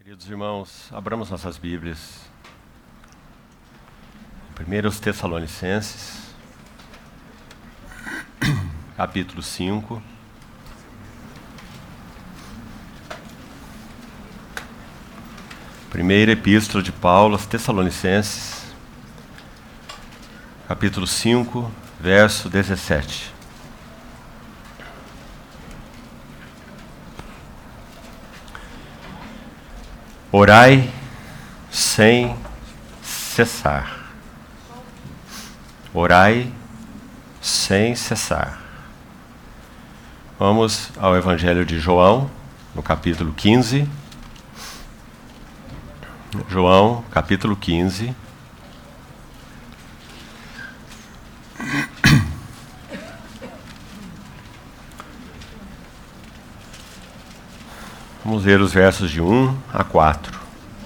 Queridos irmãos, abramos nossas Bíblias. Primeiro aos Tessalonicenses, capítulo 5. Primeira epístola de Paulo aos Tessalonicenses, capítulo 5, verso 17. Orai sem cessar. Orai sem cessar. Vamos ao Evangelho de João, no capítulo 15. João, capítulo 15. Vamos ler os versos de 1 a 4.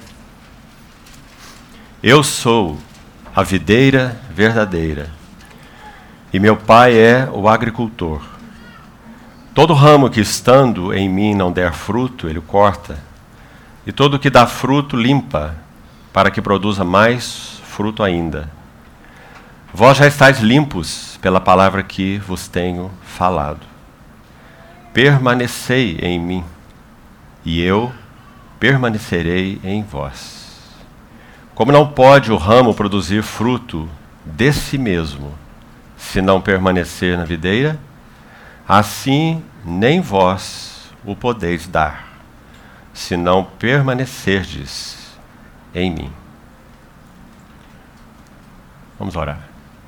Eu sou a videira verdadeira, e meu pai é o agricultor. Todo ramo que estando em mim não der fruto, ele corta, e todo que dá fruto limpa, para que produza mais fruto ainda. Vós já estáis limpos pela palavra que vos tenho falado. Permanecei em mim, e eu permanecerei em vós. Como não pode o ramo produzir fruto de si mesmo, se não permanecer na videira, assim nem vós o podeis dar, se não permanecerdes em mim. Vamos orar.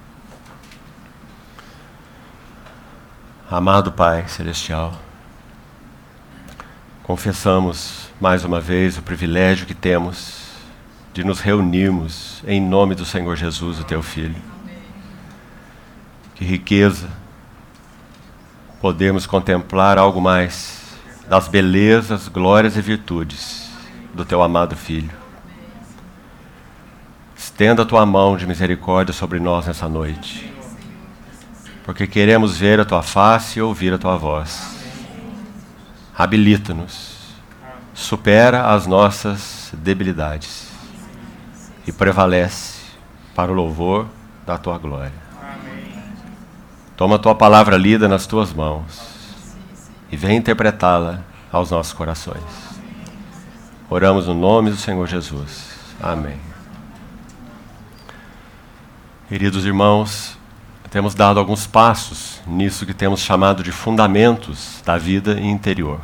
Amado Pai Celestial, confessamos mais uma vez o privilégio que temos de nos reunirmos em nome do Senhor Jesus, o Teu Filho. Que riqueza podermos contemplar algo mais das belezas, glórias e virtudes do Teu amado Filho. Estenda a Tua mão de misericórdia sobre nós nessa noite, porque queremos ver a Tua face e ouvir a Tua voz. Habilita-nos, supera as nossas debilidades e prevalece para o louvor da Tua glória. Toma a Tua palavra lida nas Tuas mãos e vem interpretá-la aos nossos corações. Oramos no nome do Senhor Jesus. Amém. Queridos irmãos, temos dado alguns passos nisso que temos chamado de fundamentos da vida interior.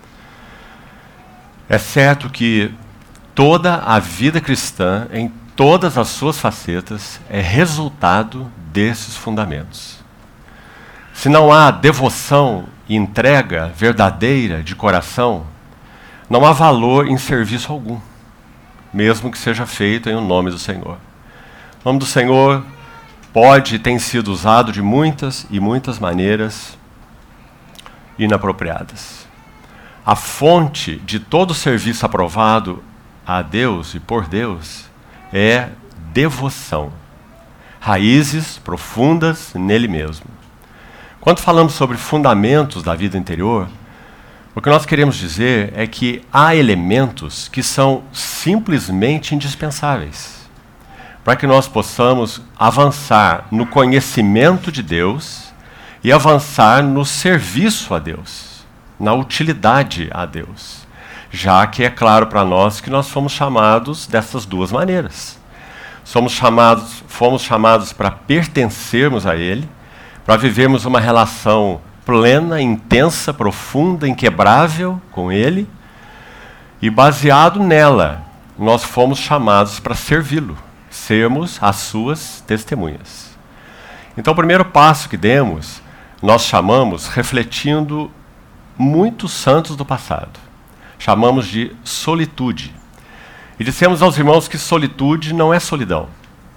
É certo que toda a vida cristã, em todas as suas facetas, é resultado desses fundamentos. Se não há devoção e entrega verdadeira de coração, não há valor em serviço algum, mesmo que seja feito em o nome do Senhor. O nome do Senhor pode e tem sido usado de muitas e muitas maneiras inapropriadas. A fonte de todo serviço aprovado a Deus e por Deus é devoção. Raízes profundas nele mesmo. Quando falamos sobre fundamentos da vida interior, o que nós queremos dizer é que há elementos que são simplesmente indispensáveis para que nós possamos avançar no conhecimento de Deus e avançar no serviço a Deus, na utilidade a Deus, já que é claro para nós que nós fomos chamados dessas duas maneiras. Fomos chamados para pertencermos a Ele, para vivermos uma relação plena, intensa, profunda, inquebrável com Ele, e baseado nela, nós fomos chamados para servi-lo, sermos as suas testemunhas. Então, o primeiro passo que demos, nós chamamos, refletindo muitos santos do passado, chamamos de solitude. E dissemos aos irmãos que solitude não é solidão.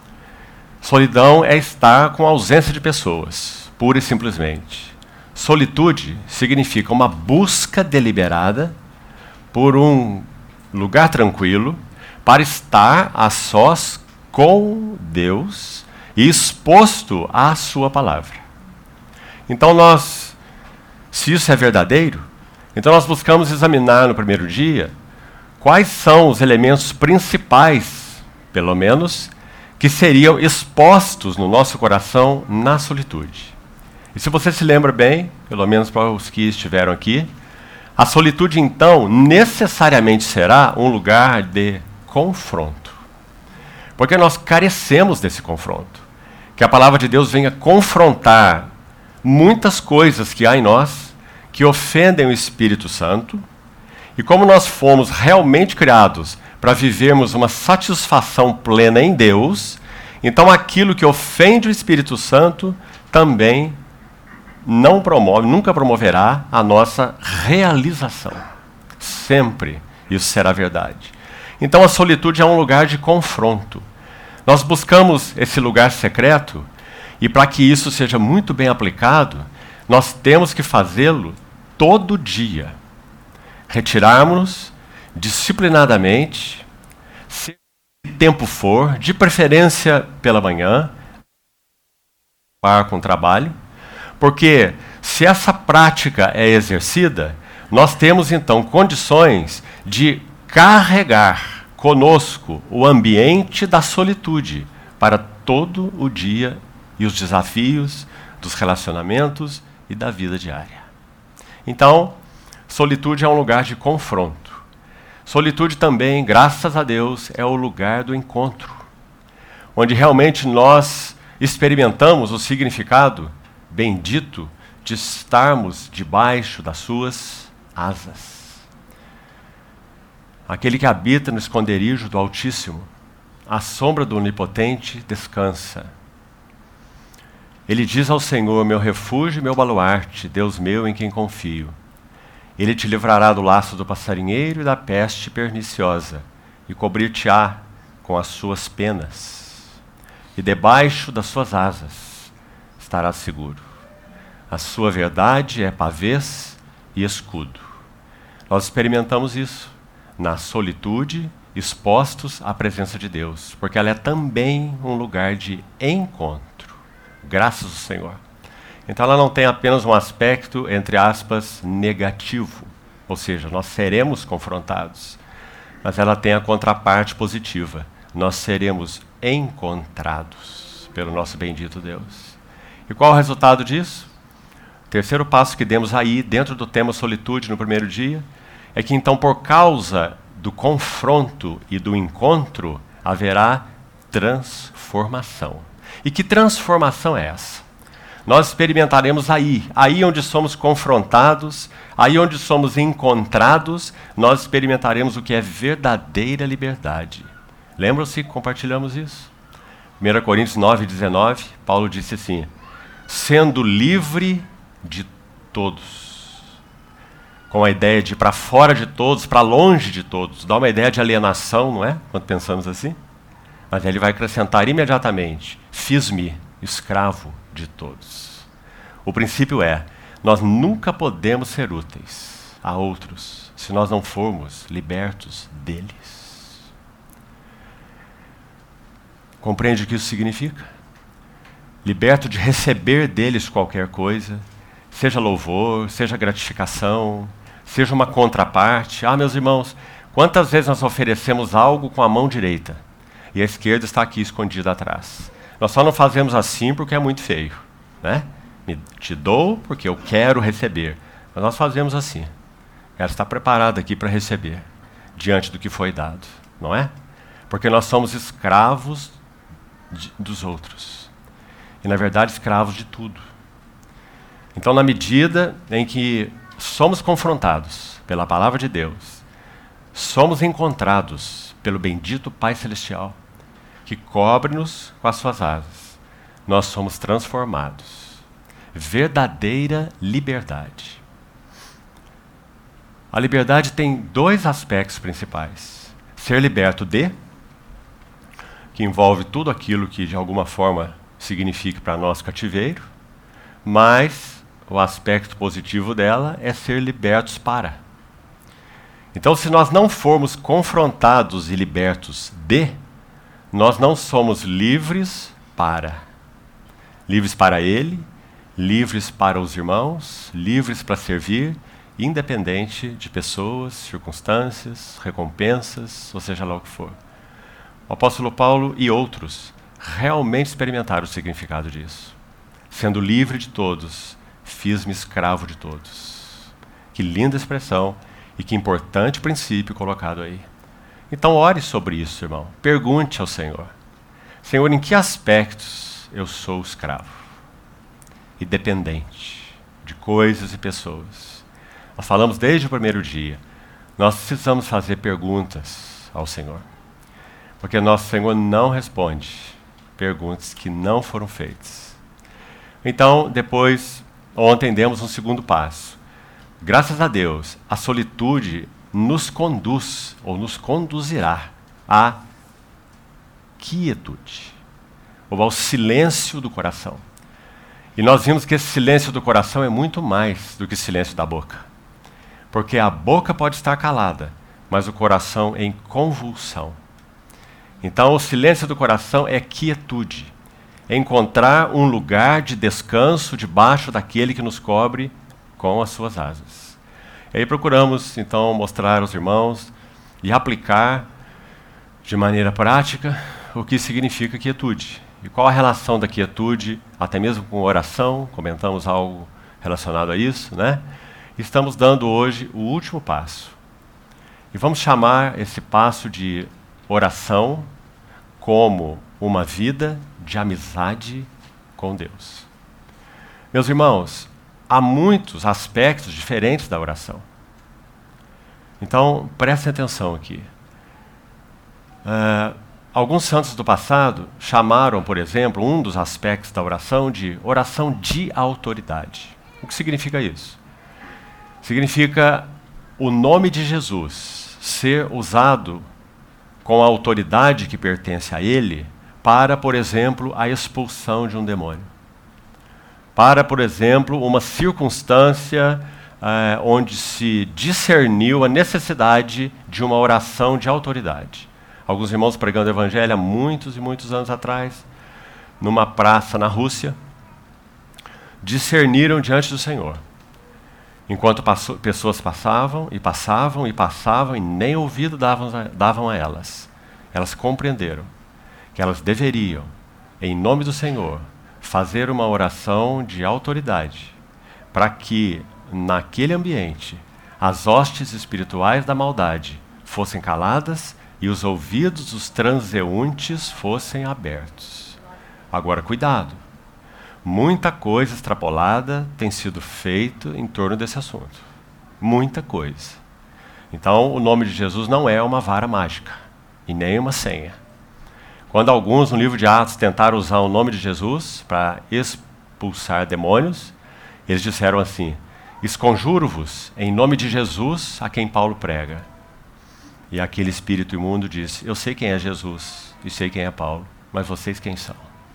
Solidão é estar com ausência de pessoas, pura e simplesmente. Solitude significa uma busca deliberada por um lugar tranquilo para estar a sós com Deus e exposto à sua palavra. Então se isso é verdadeiro, então nós buscamos examinar no primeiro dia quais são os elementos principais, pelo menos, que seriam expostos no nosso coração na solitude. E se você se lembra bem, pelo menos para os que estiveram aqui, a solitude, então, necessariamente será um lugar de confronto. Porque nós carecemos desse confronto. Que a palavra de Deus venha confrontar muitas coisas que há em nós, que ofendem o Espírito Santo, e como nós fomos realmente criados para vivermos uma satisfação plena em Deus, então aquilo que ofende o Espírito Santo também não promove, nunca promoverá a nossa realização. Sempre isso será verdade. Então a solitude é um lugar de confronto. Nós buscamos esse lugar secreto e para que isso seja muito bem aplicado, nós temos que fazê-lo todo dia. Retirarmos-nos disciplinadamente, se o tempo for, de preferência pela manhã, com o trabalho, porque se essa prática é exercida, nós temos então condições de carregar conosco o ambiente da solitude para todo o dia e os desafios dos relacionamentos e da vida diária. Então, solitude é um lugar de confronto. Solitude também, graças a Deus, é o lugar do encontro, onde realmente nós experimentamos o significado bendito de estarmos debaixo das suas asas. Aquele que habita no esconderijo do Altíssimo, à sombra do Onipotente, descansa. Ele diz ao Senhor, meu refúgio e meu baluarte, Deus meu em quem confio. Ele te livrará do laço do passarinheiro e da peste perniciosa, e cobrir-te-á com as suas penas. E debaixo das suas asas estarás seguro. A sua verdade é pavês e escudo. Nós experimentamos isso na solitude, expostos à presença de Deus, porque ela é também um lugar de encontro. Graças ao Senhor. Então ela não tem apenas um aspecto, entre aspas, negativo, ou seja, nós seremos confrontados, mas ela tem a contraparte positiva. Nós seremos encontrados pelo nosso bendito Deus. E qual é o resultado disso? O terceiro passo que demos aí, dentro do tema solitude no primeiro dia, é que então por causa do confronto e do encontro, haverá transformação. E que transformação é essa? Nós experimentaremos aí onde somos confrontados, aí onde somos encontrados, nós experimentaremos o que é verdadeira liberdade. Lembram-se que compartilhamos isso? 1 Coríntios 9:19, Paulo disse assim, sendo livre de todos. Com a ideia de para fora de todos, para longe de todos. Dá uma ideia de alienação, não é? Quando pensamos assim. Mas ele vai acrescentar imediatamente, fiz-me escravo de todos. O princípio é, nós nunca podemos ser úteis a outros se nós não formos libertos deles. Compreende o que isso significa? Liberto de receber deles qualquer coisa, seja louvor, seja gratificação, seja uma contraparte. Ah, meus irmãos, quantas vezes nós oferecemos algo com a mão direita e a esquerda está aqui escondida atrás? Nós só não fazemos assim porque é muito feio, né? Te dou porque eu quero receber. Mas nós fazemos assim. Quero estar preparado aqui para receber, diante do que foi dado, não é? Porque nós somos escravos dos outros. E, na verdade, escravos de tudo. Então, na medida em que somos confrontados pela palavra de Deus, somos encontrados pelo bendito Pai Celestial, que cobre-nos com as suas asas, nós somos transformados. Verdadeira liberdade. A liberdade tem dois aspectos principais. Ser liberto de, que envolve tudo aquilo que de alguma forma significa para nós cativeiro, mas o aspecto positivo dela é ser libertos para. Então, se nós não formos confrontados e libertos de, nós não somos livres para. Livres para Ele, livres para os irmãos, livres para servir independente de pessoas, circunstâncias, recompensas, ou seja lá o que for. O apóstolo Paulo e outros realmente experimentaram o significado disso. Sendo livre de todos, fiz-me escravo de todos. Que linda expressão e que importante princípio colocado aí. Então ore sobre isso, irmão. Pergunte ao Senhor. Senhor, em que aspectos eu sou escravo e dependente de coisas e pessoas? Nós falamos desde o primeiro dia. Nós precisamos fazer perguntas ao Senhor. Porque nosso Senhor não responde perguntas que não foram feitas. Então, depois, ontem demos um segundo passo. Graças a Deus, a solitude nos conduz, ou nos conduzirá, à quietude, ou ao silêncio do coração. E nós vimos que esse silêncio do coração é muito mais do que silêncio da boca. Porque a boca pode estar calada, mas o coração em convulsão. Então, o silêncio do coração é quietude. É encontrar um lugar de descanso debaixo daquele que nos cobre com as suas asas. E aí procuramos, então, mostrar aos irmãos e aplicar de maneira prática o que significa quietude. E qual a relação da quietude, até mesmo com oração, comentamos algo relacionado a isso, né? Estamos dando hoje o último passo. E vamos chamar esse passo de oração como uma vida de amizade com Deus. Meus irmãos, há muitos aspectos diferentes da oração. Então, prestem atenção aqui. Alguns santos do passado chamaram, por exemplo, um dos aspectos da oração de oração de autoridade. O que significa isso? Significa o nome de Jesus ser usado com a autoridade que pertence a ele para, por exemplo, a expulsão de um demônio. Para, por exemplo, uma circunstância onde se discerniu a necessidade de uma oração de autoridade. Alguns irmãos pregando o evangelho há muitos e muitos anos atrás, numa praça na Rússia, discerniram diante do Senhor. Enquanto pessoas passavam e nem ouvido davam a elas. Elas compreenderam que elas deveriam, em nome do Senhor, fazer uma oração de autoridade, para que, naquele ambiente, as hostes espirituais da maldade fossem caladas e os ouvidos dos transeuntes fossem abertos. Agora, cuidado. Muita coisa extrapolada tem sido feita em torno desse assunto. Muita coisa. Então, o nome de Jesus não é uma vara mágica e nem uma senha. Quando alguns, no livro de Atos, tentaram usar o nome de Jesus para expulsar demônios, eles disseram assim: esconjuro-vos em nome de Jesus a quem Paulo prega. E aquele espírito imundo disse: eu sei quem é Jesus e sei quem é Paulo, mas vocês quem são?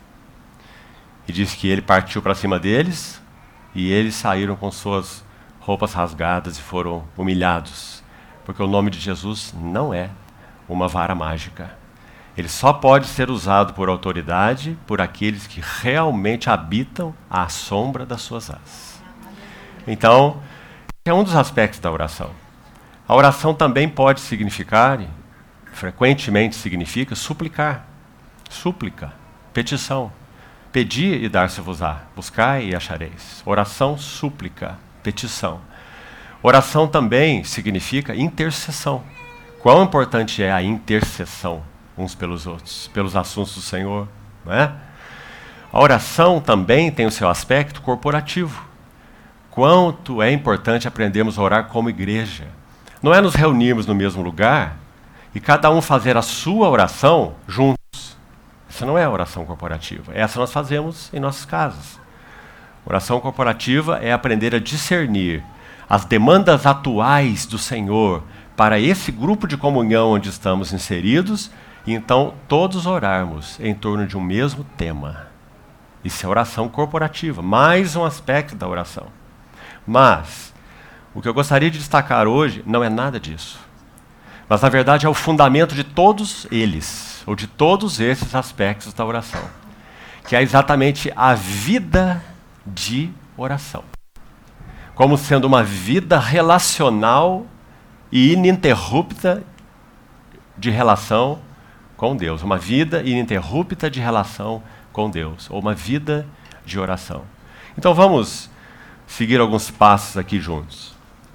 E disse que ele partiu para cima deles e eles saíram com suas roupas rasgadas e foram humilhados. Porque o nome de Jesus não é uma vara mágica. Ele só pode ser usado por autoridade por aqueles que realmente habitam à sombra das suas asas. Então, é um dos aspectos da oração. A oração também pode significar, e frequentemente significa, suplicar. Súplica, petição. Pedi e dar-se-vos-á, buscai e achareis. Oração, súplica, petição. Oração também significa intercessão. Quão importante é a intercessão uns pelos outros, pelos assuntos do Senhor, não é? A oração também tem o seu aspecto corporativo. Quanto é importante aprendermos a orar como igreja. Não é nos reunirmos no mesmo lugar e cada um fazer a sua oração juntos. Essa não é a oração corporativa. Essa nós fazemos em nossas casas. Oração corporativa é aprender a discernir as demandas atuais do Senhor para esse grupo de comunhão onde estamos inseridos e então todos orarmos em torno de um mesmo tema. Isso é oração corporativa, mais um aspecto da oração. Mas o que eu gostaria de destacar hoje não é nada disso. Mas, na verdade, é o fundamento de todos eles, ou de todos esses aspectos da oração, que é exatamente a vida de oração. como sendo uma vida relacional e ininterrupta de relação com Deus. Uma vida ininterrupta de relação com Deus, ou uma vida de oração. Então vamos seguir alguns passos aqui juntos.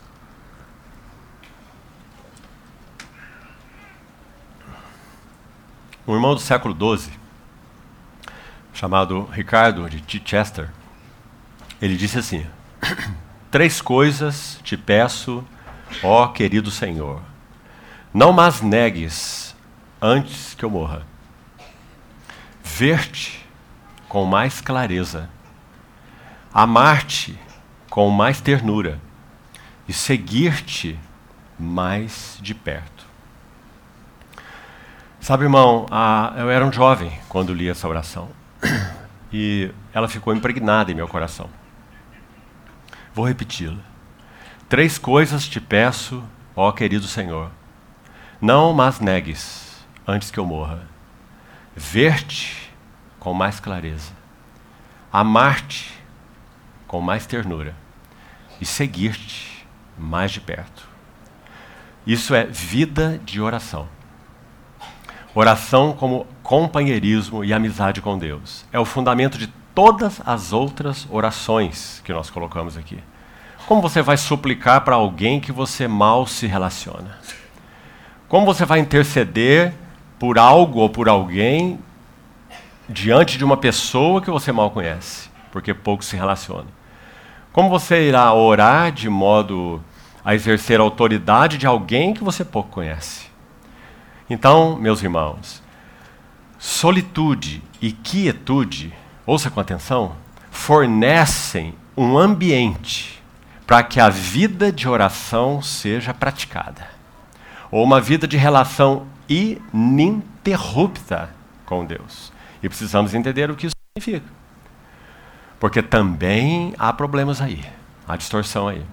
Um irmão do século XII, chamado Ricardo de Chichester, ele disse assim: 3 coisas te peço, ó querido Senhor, não mas negues antes que eu morra: ver-te com mais clareza, amar-te com mais ternura e seguir-te mais de perto. Sabe, irmão, eu era um jovem quando li essa oração e ela ficou impregnada em meu coração. Vou repeti-la. 3 coisas te peço, ó querido Senhor, não mas negues antes que eu morra: ver-te com mais clareza, amar-te com mais ternura e seguir-te mais de perto. Isso é vida de oração. Oração como companheirismo e amizade com Deus. É o fundamento de todas as outras orações que nós colocamos aqui. Como você vai suplicar para alguém que você mal se relaciona? Como você vai interceder por algo ou por alguém diante de uma pessoa que você mal conhece, porque pouco se relaciona? Como você irá orar de modo a exercer a autoridade de alguém que você pouco conhece? Então, meus irmãos, solitude e quietude, ouça com atenção, fornecem um ambiente para que a vida de oração seja praticada, ou uma vida de relação ininterrupta com Deus. E precisamos entender o que isso significa, porque também há problemas aí, há distorção aí.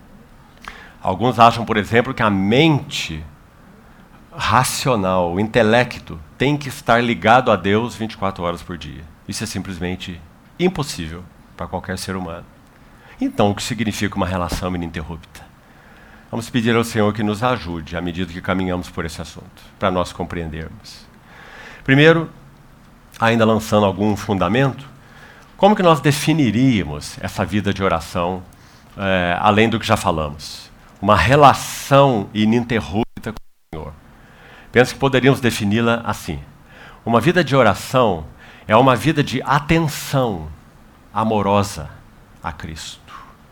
Alguns acham, por exemplo, que a mente racional, o intelecto, tem que estar ligado a Deus 24 horas por dia. Isso é simplesmente impossível para qualquer ser humano. Então, o que significa uma relação ininterrupta? Vamos pedir ao Senhor que nos ajude à medida que caminhamos por esse assunto, para nós compreendermos. Primeiro, ainda lançando algum fundamento, como que nós definiríamos essa vida de oração, além do que já falamos? Uma relação ininterrupta com o Senhor. Penso que poderíamos defini-la assim: uma vida de oração é uma vida de atenção amorosa a Cristo.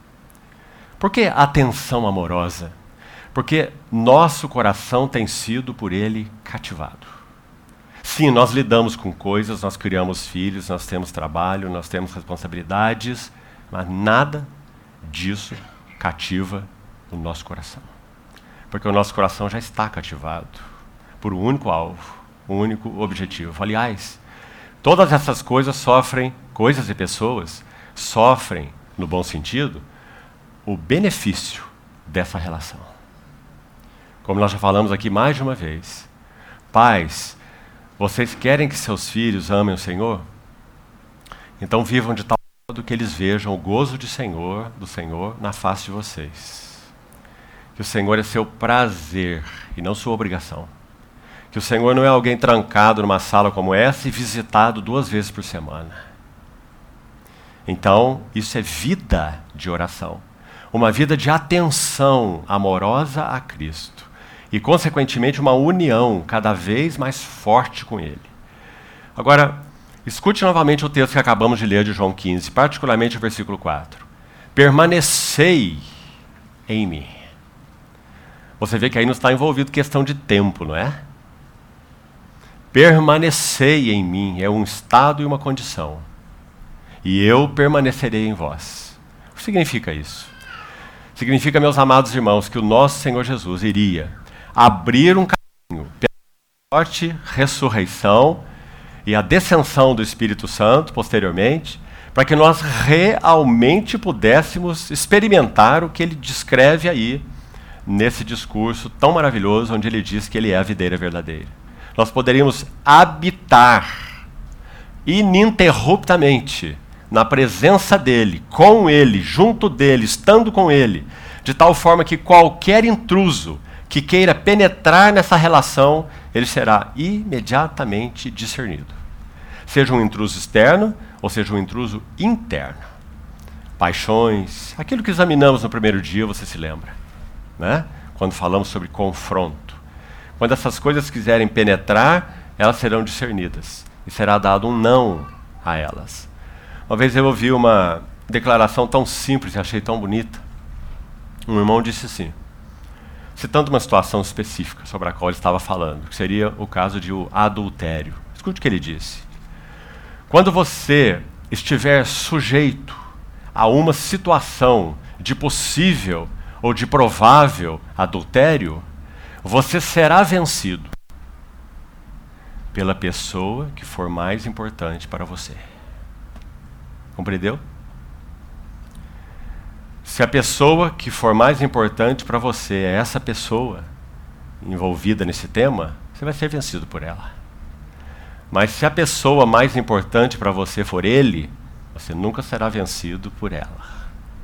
Por que atenção amorosa? Porque nosso coração tem sido por Ele cativado. Sim, nós lidamos com coisas, nós criamos filhos, nós temos trabalho, nós temos responsabilidades, mas nada disso cativa o nosso coração. Porque o nosso coração já está cativado por um único alvo, um único objetivo. Aliás, todas essas coisas sofrem, coisas e pessoas sofrem, no bom sentido, o benefício dessa relação. Como nós já falamos aqui mais de uma vez, pais, vocês querem que seus filhos amem o Senhor? Então vivam de tal modo que eles vejam o gozo do Senhor na face de vocês. Que o Senhor é seu prazer e não sua obrigação. Que o Senhor não é alguém trancado numa sala como essa e visitado 2 vezes por semana. Então, isso é vida de oração. Uma vida de atenção amorosa a Cristo. E, consequentemente, uma união cada vez mais forte com Ele. Agora, escute novamente o texto que acabamos de ler de João 15, particularmente o versículo 4. Permanecei em mim. Você vê que aí não está envolvido questão de tempo, não é? Permanecei em mim é um estado e uma condição. E eu permanecerei em vós. O que significa isso? Significa, meus amados irmãos, que o nosso Senhor Jesus iria abrir um caminho pela morte, ressurreição e a descensão do Espírito Santo, posteriormente, para que nós realmente pudéssemos experimentar o que ele descreve aí, nesse discurso tão maravilhoso, onde ele diz que ele é a videira verdadeira. Nós poderíamos habitar ininterruptamente na presença dele, com ele, junto dele, estando com ele, de tal forma que qualquer intruso que queira penetrar nessa relação, ele será imediatamente discernido. Seja um intruso externo, ou seja um intruso interno. Paixões, aquilo que examinamos no primeiro dia, você se lembra, né? Quando falamos sobre confronto. Quando essas coisas quiserem penetrar, elas serão discernidas. E será dado um não a elas. Uma vez eu ouvi uma declaração tão simples e achei tão bonita. Um irmão disse assim, citando uma situação específica sobre a qual ele estava falando, que seria o caso de adultério. Escute o que ele disse. Quando você estiver sujeito a uma situação de possível ou de provável adultério, você será vencido pela pessoa que for mais importante para você. Compreendeu? Se a pessoa que for mais importante para você é essa pessoa envolvida nesse tema, você vai ser vencido por ela. Mas se a pessoa mais importante para você for ele, você nunca será vencido por ela.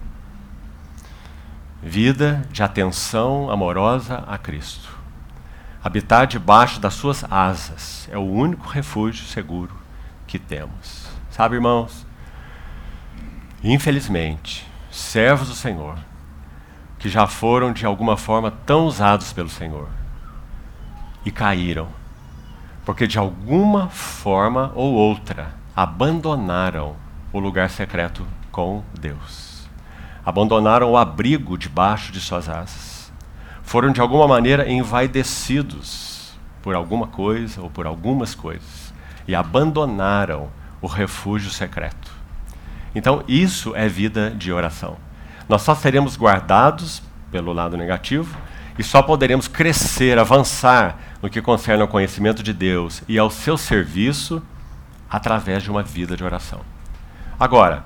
Vida de atenção amorosa a Cristo. Habitar debaixo das suas asas é o único refúgio seguro que temos. Sabe, irmãos? Infelizmente, servos do Senhor, que já foram de alguma forma tão usados pelo Senhor e caíram, porque de alguma forma ou outra abandonaram o lugar secreto com Deus. Abandonaram o abrigo debaixo de suas asas. Foram de alguma maneira envaidecidos por alguma coisa ou por algumas coisas e abandonaram o refúgio secreto. Então isso é vida de oração. Nós só seremos guardados pelo lado negativo e só poderemos crescer, avançar no que concerne ao conhecimento de Deus e ao seu serviço através de uma vida de oração. Agora,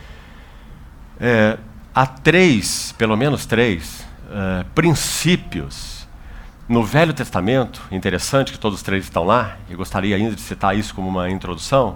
há pelo menos três princípios no Velho Testamento, interessante que todos os três estão lá, e gostaria ainda de citar isso como uma introdução,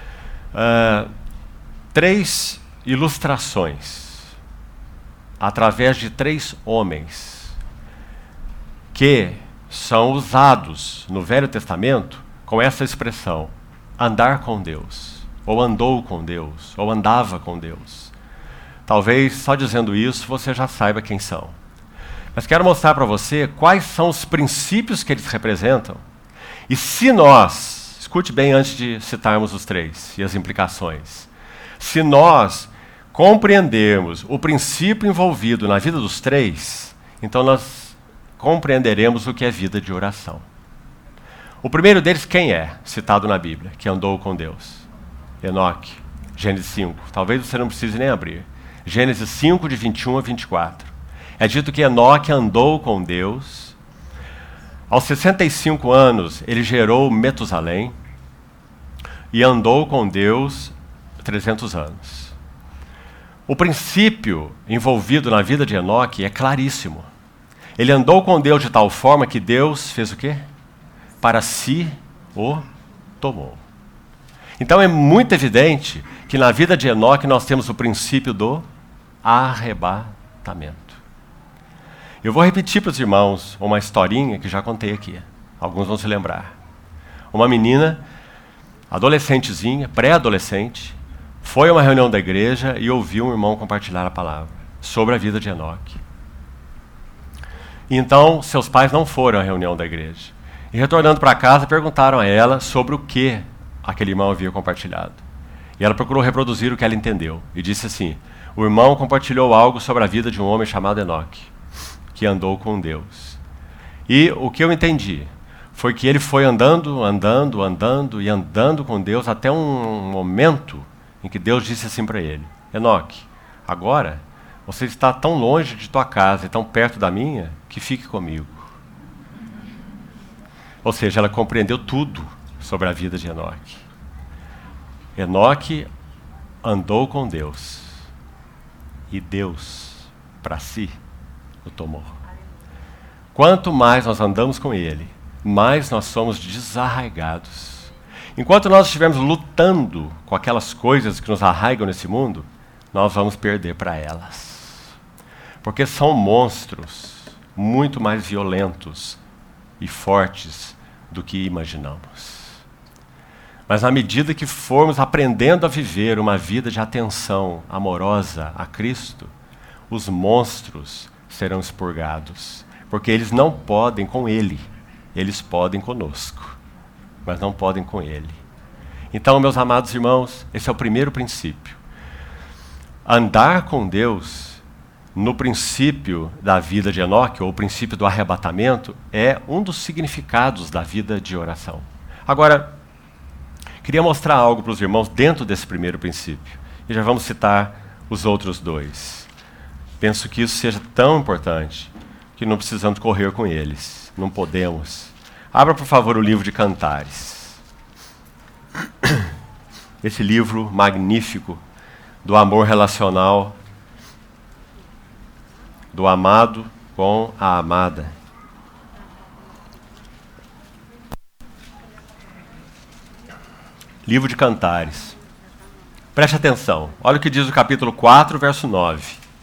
três ilustrações através de três homens que são usados no Velho Testamento com essa expressão, andar com Deus, ou andou com Deus, ou andava com Deus. Talvez só dizendo isso você já saiba quem são. Mas quero mostrar para você quais são os princípios que eles representam. E se nós, escute bem antes de citarmos os três e as implicações, se nós compreendermos o princípio envolvido na vida dos três, então nós compreenderemos o que é vida de oração. O primeiro deles, quem é? Citado na Bíblia, que andou com Deus. Enoque, Gênesis 5. Talvez você não precise nem abrir. Gênesis 5, de 21 a 24. É dito que Enoque andou com Deus. Aos 65 anos, ele gerou Metusalém e andou com Deus 300 anos. O princípio envolvido na vida de Enoque é claríssimo. Ele andou com Deus de tal forma que Deus fez o quê? Para si o tomou. Então é muito evidente que na vida de Enoque nós temos o princípio do arrebatamento. Eu vou repetir para os irmãos uma historinha que já contei aqui. Alguns vão se lembrar. Uma menina, adolescentezinha, pré-adolescente, foi a uma reunião da igreja e ouviu um irmão compartilhar a palavra sobre a vida de Enoque. E então, seus pais não foram à reunião da igreja. E retornando para casa, perguntaram a ela sobre o que aquele irmão havia compartilhado. E ela procurou reproduzir o que ela entendeu. E disse assim, o irmão compartilhou algo sobre a vida de um homem chamado Enoque, que andou com Deus. E o que eu entendi foi que ele foi andando com Deus até um momento em que Deus disse assim para ele, Enoque, agora você está tão longe de tua casa e tão perto da minha, que fique comigo. Ou seja, ela compreendeu tudo sobre a vida de Enoque. Enoque andou com Deus e Deus, para si, o tomou. Quanto mais nós andamos com Ele, mais nós somos desarraigados. Enquanto nós estivermos lutando com aquelas coisas que nos arraigam nesse mundo, nós vamos perder para elas. Porque são monstros muito mais violentos e fortes do que imaginamos. Mas à medida que formos aprendendo a viver uma vida de atenção amorosa a Cristo, os monstros serão expurgados. Porque eles não podem com Ele, eles podem conosco, mas não podem com Ele. Então, meus amados irmãos, esse é o primeiro princípio. Andar com Deus, no princípio da vida de Enoque, ou o princípio do arrebatamento, é um dos significados da vida de oração. Agora, queria mostrar algo para os irmãos dentro desse primeiro princípio. E já vamos citar os outros dois. Penso que isso seja tão importante que não precisamos correr com eles. Não podemos. Abra, por favor, o livro de Cantares. Esse livro magnífico do amor relacional do amado com a amada. Livro de Cantares. Preste atenção. Olha o que diz o capítulo 4, verso 9.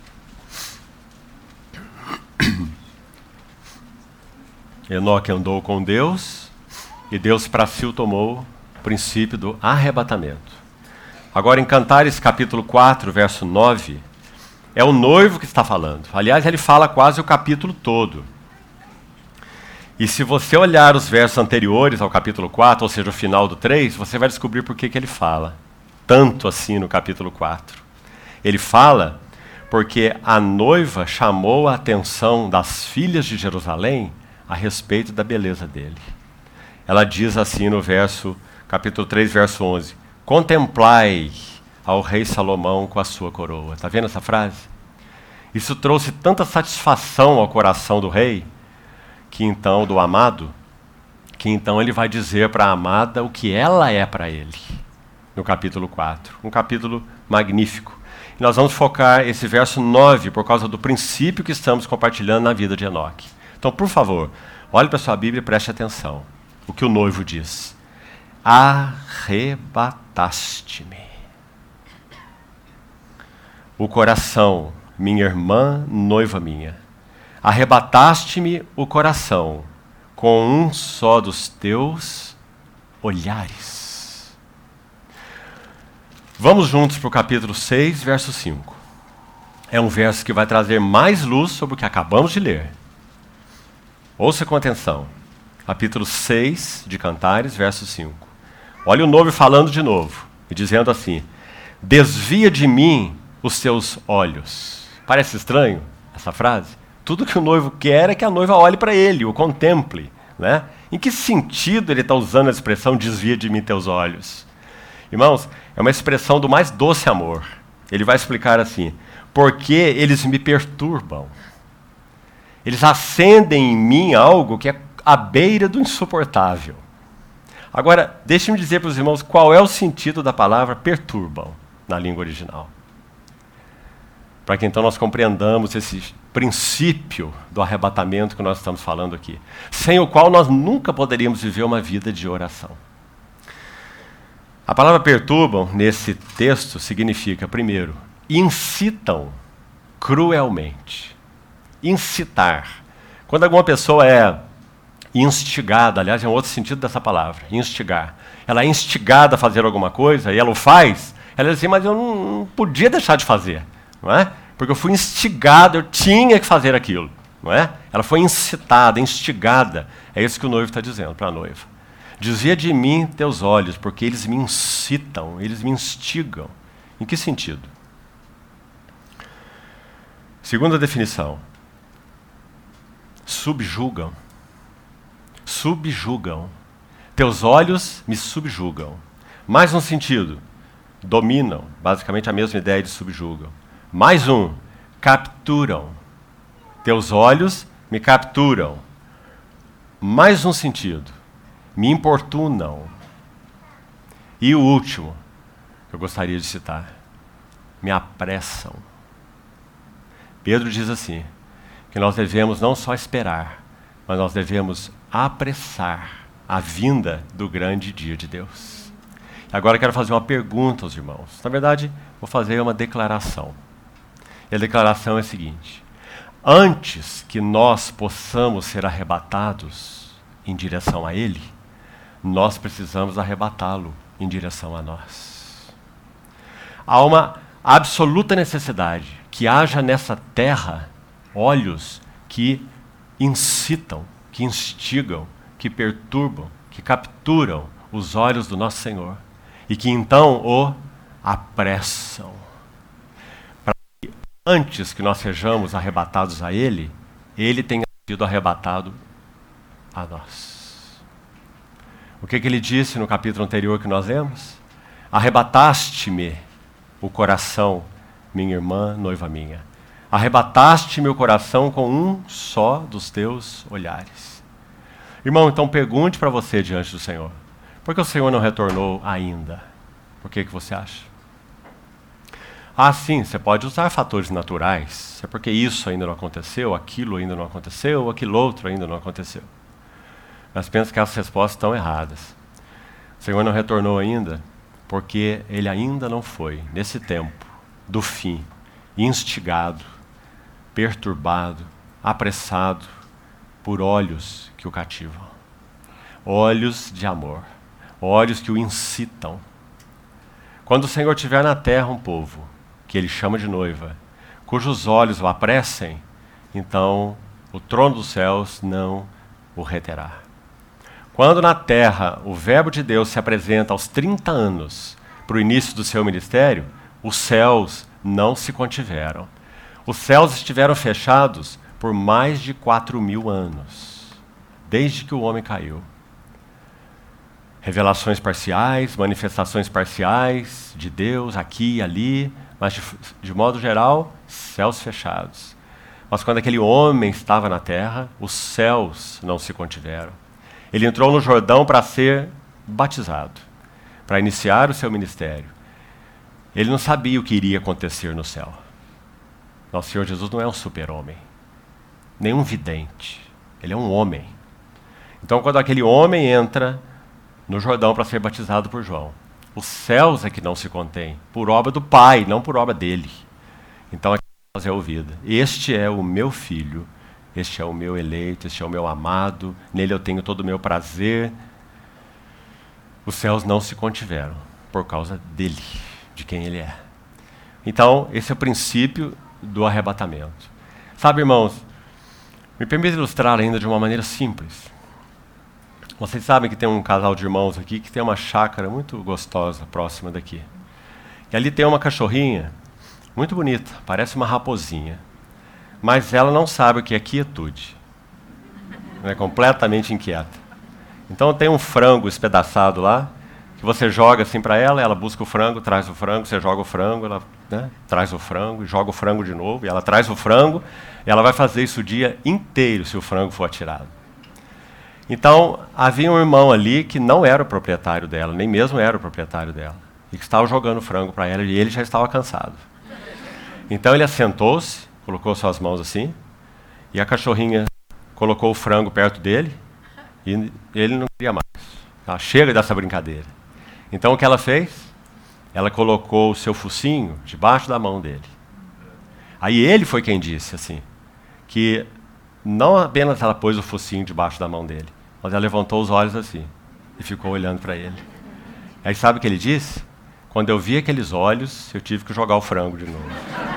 Enoque andou com Deus e Deus para si o tomou, o princípio do arrebatamento. Agora em Cantares capítulo 4, verso 9, é o noivo que está falando. Aliás, ele fala quase o capítulo todo. E se você olhar os versos anteriores ao capítulo 4, ou seja, o final do 3, você vai descobrir por que ele fala tanto assim no capítulo 4. Ele fala porque a noiva chamou a atenção das filhas de Jerusalém a respeito da beleza dele. Ela diz assim no capítulo 3, verso 11, contemplai ao rei Salomão com a sua coroa. Está vendo essa frase? Isso trouxe tanta satisfação ao coração do rei, do amado, que então ele vai dizer para a amada o que ela é para ele, no capítulo 4. Um capítulo magnífico. E nós vamos focar esse verso 9 por causa do princípio que estamos compartilhando na vida de Enoque. Então, por favor, olhe para a sua Bíblia e preste atenção. O que o noivo diz. Arrebataste-me o coração, minha irmã, noiva minha. Arrebataste-me o coração com um só dos teus olhares. Vamos juntos para o capítulo 6, verso 5. É um verso que vai trazer mais luz sobre o que acabamos de ler. Ouça com atenção. Capítulo 6 de Cantares, verso 5. Olha o noivo falando de novo, e dizendo assim, desvia de mim os teus olhos. Parece estranho essa frase? Tudo que o noivo quer é que a noiva olhe para ele, o contemple. Né? Em que sentido ele está usando a expressão desvia de mim teus olhos? Irmãos, é uma expressão do mais doce amor. Ele vai explicar assim, porque eles me perturbam. Eles acendem em mim algo que é à beira do insuportável. Agora, deixe-me dizer para os irmãos qual é o sentido da palavra perturbam na língua original. Para que então nós compreendamos esse princípio do arrebatamento que nós estamos falando aqui, sem o qual nós nunca poderíamos viver uma vida de oração. A palavra perturbam, nesse texto, significa, primeiro, incitam cruelmente. Incitar. Quando alguma pessoa é instigada, aliás, é um outro sentido dessa palavra, instigar. Ela é instigada a fazer alguma coisa e ela o faz, ela diz assim, mas eu não podia deixar de fazer. Não é? Porque eu fui instigado, eu tinha que fazer aquilo. Não é? Ela foi incitada, instigada. É isso que o noivo está dizendo para a noiva. Desvia de mim teus olhos, porque eles me incitam, eles me instigam. Em que sentido? Segunda definição. Subjugam. Subjugam. Teus olhos me subjugam. Mais um sentido. Dominam. Basicamente a mesma ideia de subjugam. Mais um, capturam. Teus olhos me capturam. Mais um sentido, me importunam. E o último, que eu gostaria de citar, me apressam. Pedro diz assim, que nós devemos não só esperar, mas nós devemos apressar a vinda do grande dia de Deus. Agora eu quero fazer uma pergunta aos irmãos. Na verdade, vou fazer uma declaração. E a declaração é a seguinte: antes que nós possamos ser arrebatados em direção a Ele, nós precisamos arrebatá-lo em direção a nós. Há uma absoluta necessidade que haja nessa terra olhos que incitam, que instigam, que perturbam, que capturam os olhos do nosso Senhor e que então o apressam. Para que antes que nós sejamos arrebatados a Ele, Ele tenha sido arrebatado a nós. O que Ele disse no capítulo anterior que nós lemos? Arrebataste-me o coração, minha irmã, noiva minha. Arrebataste-me o coração com um só dos teus olhares. Irmão, então pergunte para você diante do Senhor: por que o Senhor não retornou ainda? Por que você acha? Ah, sim, você pode usar fatores naturais. É porque isso ainda não aconteceu, aquilo ainda não aconteceu, aquilo outro ainda não aconteceu. Mas penso que as respostas estão erradas. O Senhor não retornou ainda porque Ele ainda não foi, nesse tempo do fim, instigado, perturbado, apressado por olhos que o cativam. Olhos de amor, olhos que o incitam. Quando o Senhor tiver na terra um povo, que Ele chama de noiva, cujos olhos o apressem, então o trono dos céus não o reterá. Quando na terra o Verbo de Deus se apresenta aos 30 anos para o início do seu ministério, os céus não se contiveram. Os céus estiveram fechados por mais de 4.000 anos, desde que o homem caiu. Revelações parciais, manifestações parciais de Deus aqui e ali, mas de modo geral, céus fechados. Mas quando aquele homem estava na terra, os céus não se contiveram. Ele entrou no Jordão para ser batizado, para iniciar o seu ministério. Ele não sabia o que iria acontecer no céu. Nosso Senhor Jesus não é um super-homem, nem um vidente. Ele é um homem. Então, quando aquele homem entra no Jordão para ser batizado por João, os céus é que não se contêm, por obra do Pai, não por obra dele. Então, a voz é ouvida: este é o meu filho, este é o meu eleito, este é o meu amado, nele eu tenho todo o meu prazer. Os céus não se contiveram por causa dele, de quem ele é. Então, esse é o princípio do arrebatamento. Sabe, irmãos, me permite ilustrar ainda de uma maneira simples. Vocês sabem que tem um casal de irmãos aqui que tem uma chácara muito gostosa próxima daqui. E ali tem uma cachorrinha muito bonita, parece uma raposinha. Mas ela não sabe o que é quietude. Ela é completamente inquieta. Então tem um frango espedaçado lá, que você joga assim para ela, ela busca o frango, traz o frango, você joga o frango, ela traz o frango, joga o frango de novo, e ela traz o frango, e ela vai fazer isso o dia inteiro se o frango for atirado. Então, havia um irmão ali que não era o proprietário dela, nem mesmo era o proprietário dela, e que estava jogando frango para ela, e ele já estava cansado. Então ele assentou-se, colocou suas mãos assim, e a cachorrinha colocou o frango perto dele, e ele não queria mais. Ela chega dessa brincadeira. Então o que ela fez? Ela colocou o seu focinho debaixo da mão dele. Aí ele foi quem disse assim, que não apenas ela pôs o focinho debaixo da mão dele, mas ela levantou os olhos assim, e ficou olhando para ele. Aí sabe o que ele disse? Quando eu vi aqueles olhos, eu tive que jogar o frango de novo.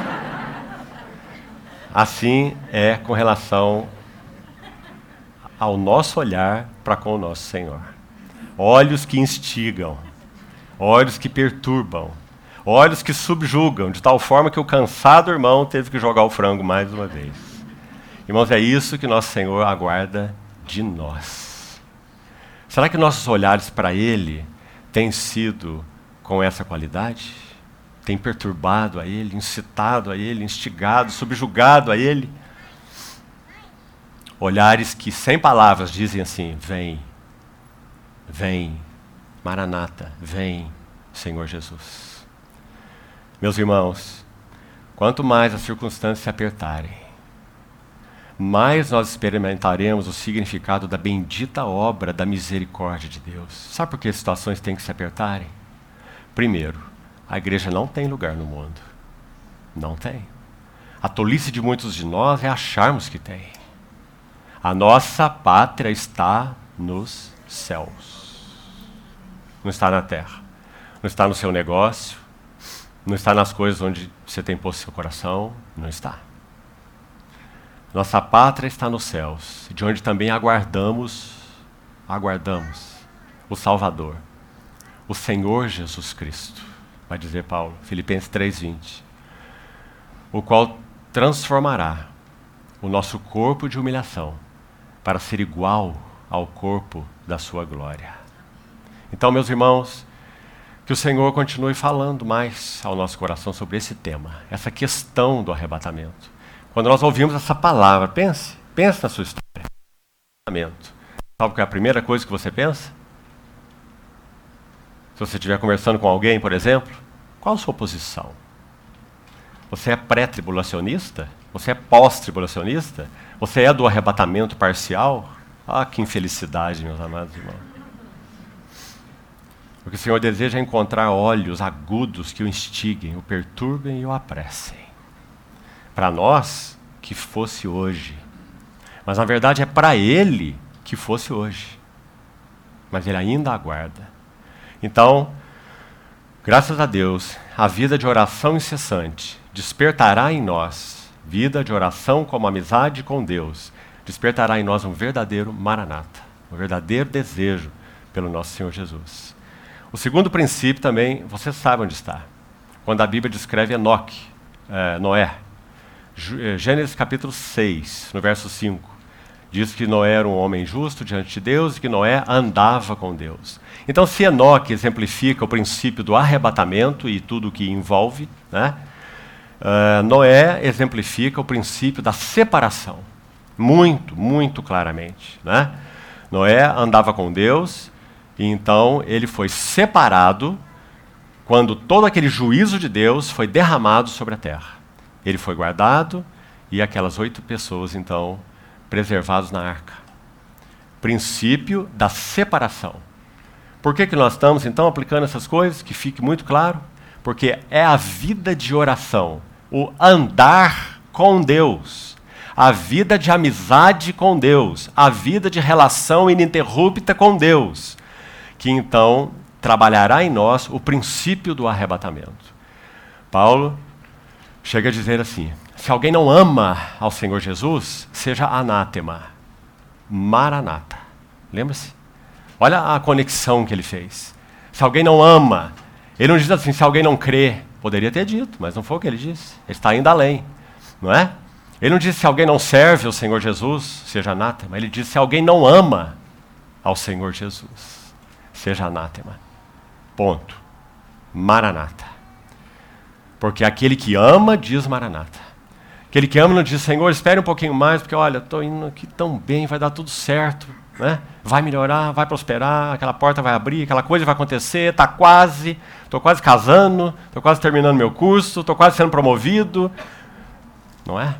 Assim é com relação ao nosso olhar para com o nosso Senhor. Olhos que instigam, olhos que perturbam, olhos que subjugam, de tal forma que o cansado irmão teve que jogar o frango mais uma vez. Irmãos, é isso que nosso Senhor aguarda de nós. Será que nossos olhares para Ele têm sido com essa qualidade? Tem perturbado a Ele, incitado a Ele, instigado, subjugado a Ele? Olhares que sem palavras dizem assim: vem, vem, Maranata, vem, Senhor Jesus. Meus irmãos, quanto mais as circunstâncias se apertarem, mais nós experimentaremos o significado da bendita obra da misericórdia de Deus. Sabe por que as situações têm que se apertarem? Primeiro, a igreja não tem lugar no mundo. Não tem. A tolice de muitos de nós é acharmos que tem. A nossa pátria está nos céus. Não está na terra. Não está no seu negócio. Não está nas coisas onde você tem posto seu coração. Não está. Nossa pátria está nos céus, de onde também aguardamos o Salvador, o Senhor Jesus Cristo, vai dizer Paulo, Filipenses 3:20, o qual transformará o nosso corpo de humilhação para ser igual ao corpo da sua glória. Então, meus irmãos, que o Senhor continue falando mais ao nosso coração sobre esse tema, essa questão do arrebatamento. Quando nós ouvimos essa palavra, pense na sua história. Arrebatamento. Sabe qual é a primeira coisa que você pensa? Se você estiver conversando com alguém, por exemplo, qual a sua posição? Você é pré-tribulacionista? Você é pós-tribulacionista? Você é do arrebatamento parcial? Ah, que infelicidade, meus amados irmãos. O que o Senhor deseja é encontrar olhos agudos que o instiguem, o perturbem e o apressem. Para nós, que fosse hoje. Mas na verdade é para Ele que fosse hoje. Mas Ele ainda aguarda. Então, graças a Deus, a vida de oração incessante despertará em nós, vida de oração como amizade com Deus, despertará em nós um verdadeiro maranata, um verdadeiro desejo pelo nosso Senhor Jesus. O segundo princípio também, você sabe onde está. Quando a Bíblia descreve Noé. Gênesis capítulo 6, no verso 5, diz que Noé era um homem justo diante de Deus e que Noé andava com Deus. Então, se Enoque exemplifica o princípio do arrebatamento e tudo o que envolve, né, Noé exemplifica o princípio da separação, muito claramente. Né? Noé andava com Deus e então ele foi separado quando todo aquele juízo de Deus foi derramado sobre a terra. Ele foi guardado e aquelas 8 pessoas, então, preservados na arca. Princípio da separação. Por que nós estamos, então, aplicando essas coisas? Que fique muito claro. Porque é a vida de oração, o andar com Deus, a vida de amizade com Deus, a vida de relação ininterrupta com Deus, que, então, trabalhará em nós o princípio do arrebatamento. Paulo chega a dizer assim, se alguém não ama ao Senhor Jesus, seja anátema, maranata. Lembra-se? Olha a conexão que ele fez. Se alguém não ama, ele não diz assim, se alguém não crê, poderia ter dito, mas não foi o que ele disse. Ele está indo além, não é? Ele não disse se alguém não serve ao Senhor Jesus, seja anátema. Ele disse se alguém não ama ao Senhor Jesus, seja anátema. Ponto. Maranata. Porque aquele que ama diz maranata. Aquele que ama não diz, Senhor, espere um pouquinho mais, porque olha, estou indo aqui tão bem, vai dar tudo certo, né? Vai melhorar, vai prosperar, aquela porta vai abrir, aquela coisa vai acontecer, estou quase casando, estou quase terminando meu curso, estou quase sendo promovido. Não é?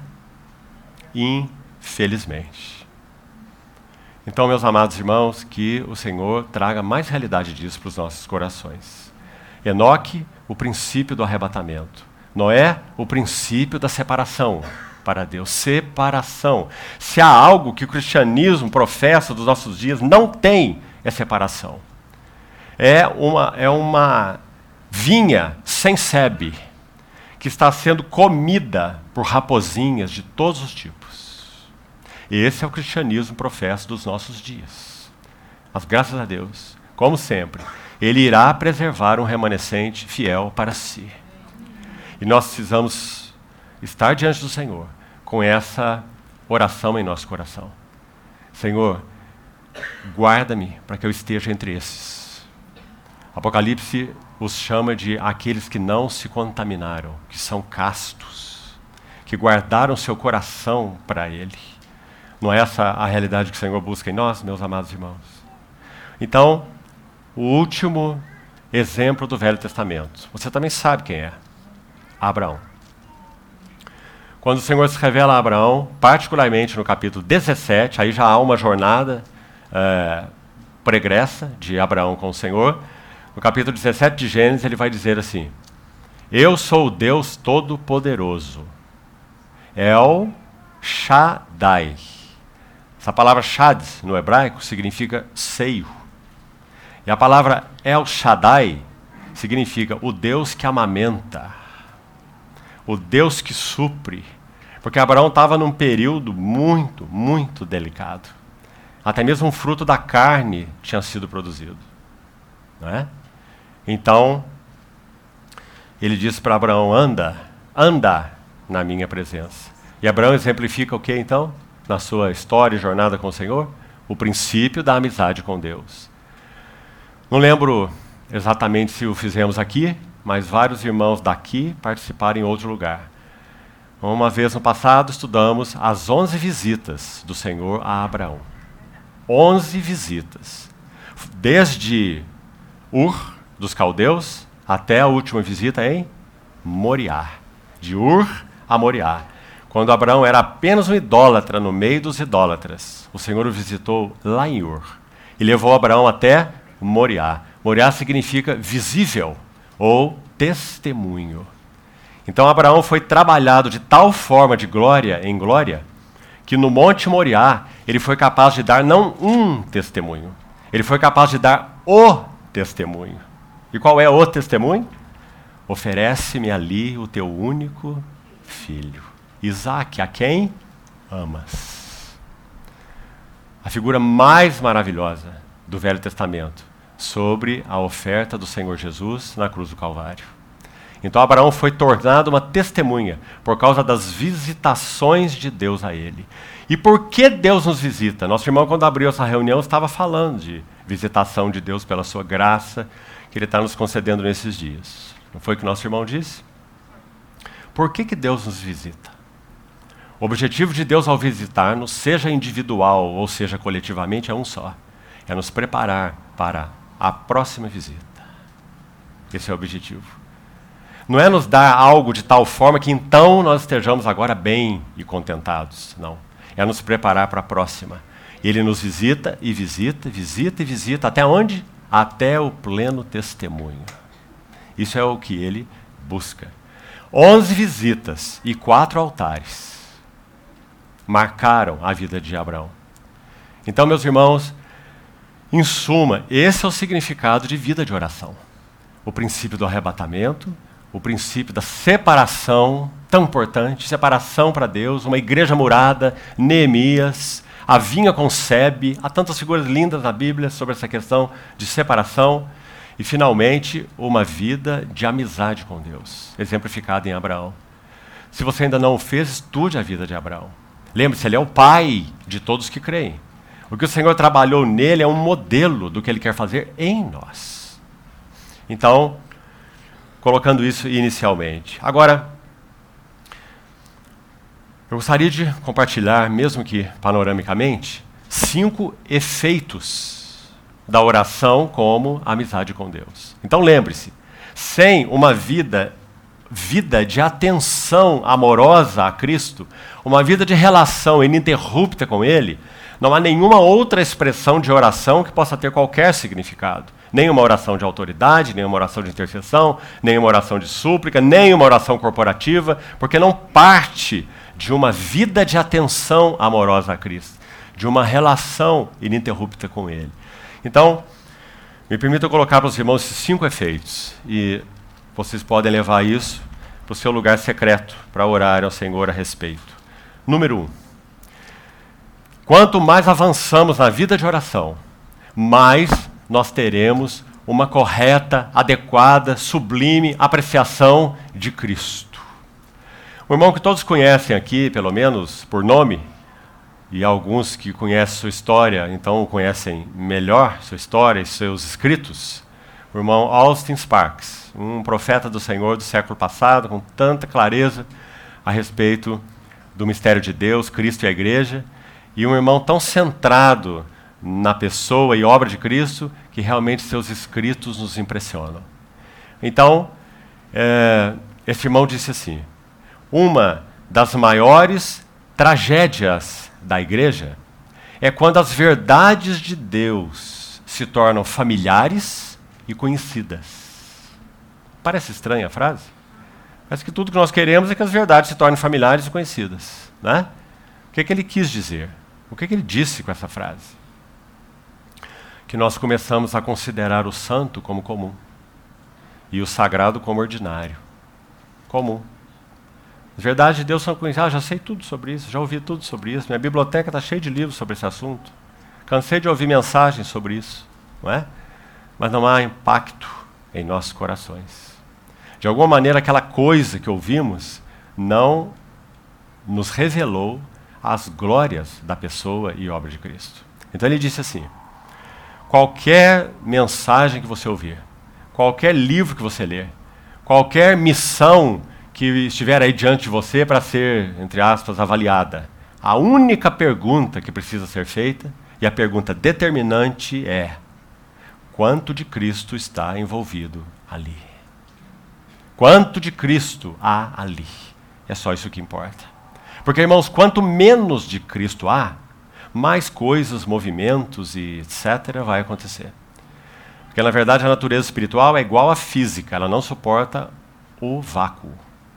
Infelizmente. Então, meus amados irmãos, que o Senhor traga mais realidade disso para os nossos corações. Enoque, o princípio do arrebatamento. Noé, o princípio da separação para Deus. Separação. Se há algo que o cristianismo professa dos nossos dias, não tem, é separação. É uma vinha sem sebe, que está sendo comida por raposinhas de todos os tipos. Esse é o cristianismo professo dos nossos dias. Mas graças a Deus, como sempre, Ele irá preservar um remanescente fiel para si. E nós precisamos estar diante do Senhor com essa oração em nosso coração. Senhor, guarda-me para que eu esteja entre esses. Apocalipse os chama de aqueles que não se contaminaram, que são castos, que guardaram seu coração para Ele. Não é essa a realidade que o Senhor busca em nós, meus amados irmãos? Então, o último exemplo do Velho Testamento. Você também sabe quem é. Abraão. Quando o Senhor se revela a Abraão, particularmente no capítulo 17, aí já há uma jornada pregressa de Abraão com o Senhor. no capítulo 17 de Gênesis, ele vai dizer assim: eu sou o Deus Todo-Poderoso, El Shaddai. Essa palavra Shad, no hebraico, significa seio. E a palavra El Shaddai significa o Deus que amamenta, o Deus que supre. Porque Abraão estava num período muito, muito delicado. Até mesmo um fruto da carne tinha sido produzido. Não é? Então, ele disse para Abraão: anda na minha presença. E Abraão exemplifica o que então? Na sua história e jornada com o Senhor? O princípio da amizade com Deus. Não lembro exatamente se o fizemos aqui, mas vários irmãos daqui participaram em outro lugar. Uma vez no passado estudamos as 11 visitas do Senhor a Abraão. 11 visitas. Desde Ur, dos caldeus, até a última visita em Moriá. De Ur a Moriá. Quando Abraão era apenas um idólatra no meio dos idólatras, o Senhor o visitou lá em Ur. E levou Abraão até Moriá. Moriá significa visível ou testemunho. Então Abraão foi trabalhado de tal forma de glória em glória, que no Monte Moriá ele foi capaz de dar não um testemunho, ele foi capaz de dar o testemunho. E qual é o testemunho? Oferece-me ali o teu único filho, Isaque, a quem amas. A figura mais maravilhosa do Velho Testamento sobre a oferta do Senhor Jesus na cruz do Calvário. Então Abraão foi tornado uma testemunha por causa das visitações de Deus a ele. E por que Deus nos visita? Nosso irmão, quando abriu essa reunião, estava falando de visitação de Deus pela sua graça, que Ele está nos concedendo nesses dias. Não foi o que nosso irmão disse? Por que Deus nos visita? O objetivo de Deus ao visitar-nos, seja individual ou seja coletivamente, é um só. É nos preparar para a próxima visita. Esse é o objetivo. Não é nos dar algo de tal forma que então nós estejamos agora bem e contentados. Não. É nos preparar para a próxima. Ele nos visita e visita, visita e visita. Até onde? Até o pleno testemunho. Isso é o que ele busca. 11 visitas e 4 altares marcaram a vida de Abraão. Então, meus irmãos, em suma, esse é o significado de vida de oração. O princípio do arrebatamento, o princípio da separação, tão importante, separação para Deus, uma igreja murada, Neemias, a vinha concebe, há tantas figuras lindas na Bíblia sobre essa questão de separação, e finalmente uma vida de amizade com Deus, exemplificada em Abraão. Se você ainda não o fez, estude a vida de Abraão. Lembre-se, ele é o pai de todos que creem. O que o Senhor trabalhou nele é um modelo do que Ele quer fazer em nós. Então, colocando isso inicialmente. Agora, eu gostaria de compartilhar, mesmo que panoramicamente, 5 efeitos da oração como amizade com Deus. Então lembre-se, sem uma vida de atenção amorosa a Cristo, uma vida de relação ininterrupta com Ele, não há nenhuma outra expressão de oração que possa ter qualquer significado. Nenhuma oração de autoridade, nenhuma oração de intercessão, nenhuma oração de súplica, nenhuma oração corporativa, porque não parte de uma vida de atenção amorosa a Cristo, de uma relação ininterrupta com Ele. Então, me permita colocar para os irmãos esses 5 efeitos, e vocês podem levar isso para o seu lugar secreto, para orar ao Senhor a respeito. Número 1. Quanto mais avançamos na vida de oração, mais nós teremos uma correta, adequada, sublime apreciação de Cristo. O irmão que todos conhecem aqui, pelo menos por nome, e alguns que conhecem sua história, então conhecem melhor sua história e seus escritos, o irmão Austin Sparks, um profeta do Senhor do século passado, com tanta clareza a respeito do mistério de Deus, Cristo e a Igreja, e um irmão tão centrado na pessoa e obra de Cristo, que realmente seus escritos nos impressionam. Então, esse irmão disse assim: uma das maiores tragédias da Igreja é quando as verdades de Deus se tornam familiares e conhecidas. Parece estranha a frase? Parece que tudo que nós queremos é que as verdades se tornem familiares e conhecidas, né? O que ele quis dizer? O que ele disse com essa frase? Que nós começamos a considerar o santo como comum e o sagrado como ordinário. Comum. As verdades de Deus são conhecidas. Já sei tudo sobre isso, já ouvi tudo sobre isso. Minha biblioteca está cheia de livros sobre esse assunto. Cansei de ouvir mensagens sobre isso, não é? Mas não há impacto em nossos corações. De alguma maneira, aquela coisa que ouvimos não nos revelou as glórias da pessoa e obra de Cristo. Então ele disse assim: qualquer mensagem que você ouvir, qualquer livro que você ler, qualquer missão que estiver aí diante de você para ser, entre aspas, avaliada, a única pergunta que precisa ser feita, e a pergunta determinante é: quanto de Cristo está envolvido ali? Quanto de Cristo há ali? É só isso que importa. Porque, irmãos, quanto menos de Cristo há, mais coisas, movimentos e etc. vai acontecer. Porque, na verdade, a natureza espiritual é igual à física, ela não suporta o vácuo.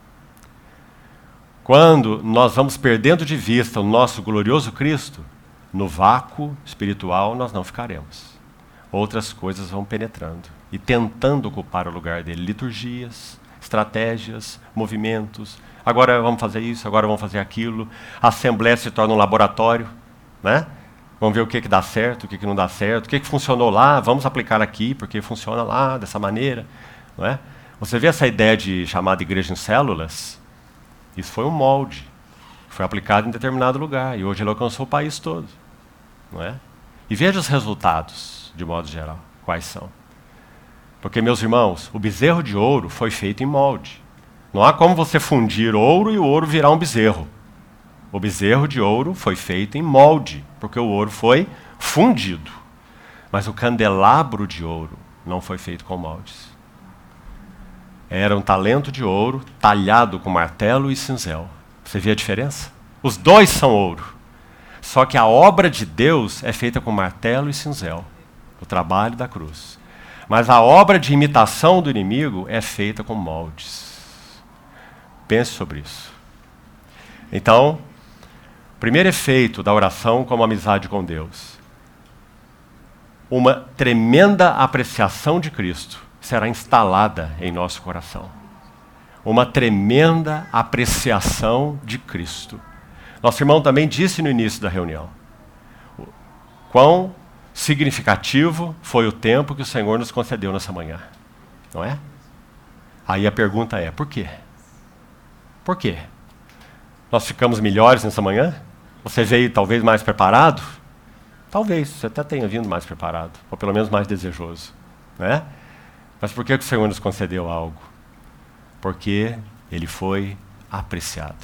Quando nós vamos perdendo de vista o nosso glorioso Cristo, no vácuo espiritual nós não ficaremos. Outras coisas vão penetrando e tentando ocupar o lugar dele. Liturgias, estratégias, movimentos. Agora vamos fazer isso, agora vamos fazer aquilo. A assembleia se torna um laboratório, né? Vamos ver o que dá certo, o que não dá certo, o que funcionou lá, vamos aplicar aqui, porque funciona lá, dessa maneira. Não é? Você vê essa ideia de chamada igreja em células? Isso foi um molde, foi aplicado em determinado lugar, e hoje ele alcançou o país todo. Não é? E veja os resultados, de modo geral, quais são. Porque, meus irmãos, o bezerro de ouro foi feito em molde. Não há como você fundir ouro e o ouro virar um bezerro. O bezerro de ouro foi feito em molde, porque o ouro foi fundido. Mas o candelabro de ouro não foi feito com moldes. Era um talento de ouro talhado com martelo e cinzel. Você vê a diferença? Os dois são ouro. Só que a obra de Deus é feita com martelo e cinzel. O trabalho da cruz. Mas a obra de imitação do inimigo é feita com moldes. Pense sobre isso. Então, primeiro efeito da oração como amizade com Deus. Uma tremenda apreciação de Cristo será instalada em nosso coração. Uma tremenda apreciação de Cristo. Nosso irmão também disse no início da reunião quão significativo foi o tempo que o Senhor nos concedeu nessa manhã. Não é? Aí a pergunta é, por quê? Por quê? Nós ficamos melhores nessa manhã? Você veio talvez mais preparado? Talvez, você até tenha vindo mais preparado, ou pelo menos mais desejoso. Né? Mas por que o Senhor nos concedeu algo? Porque Ele foi apreciado.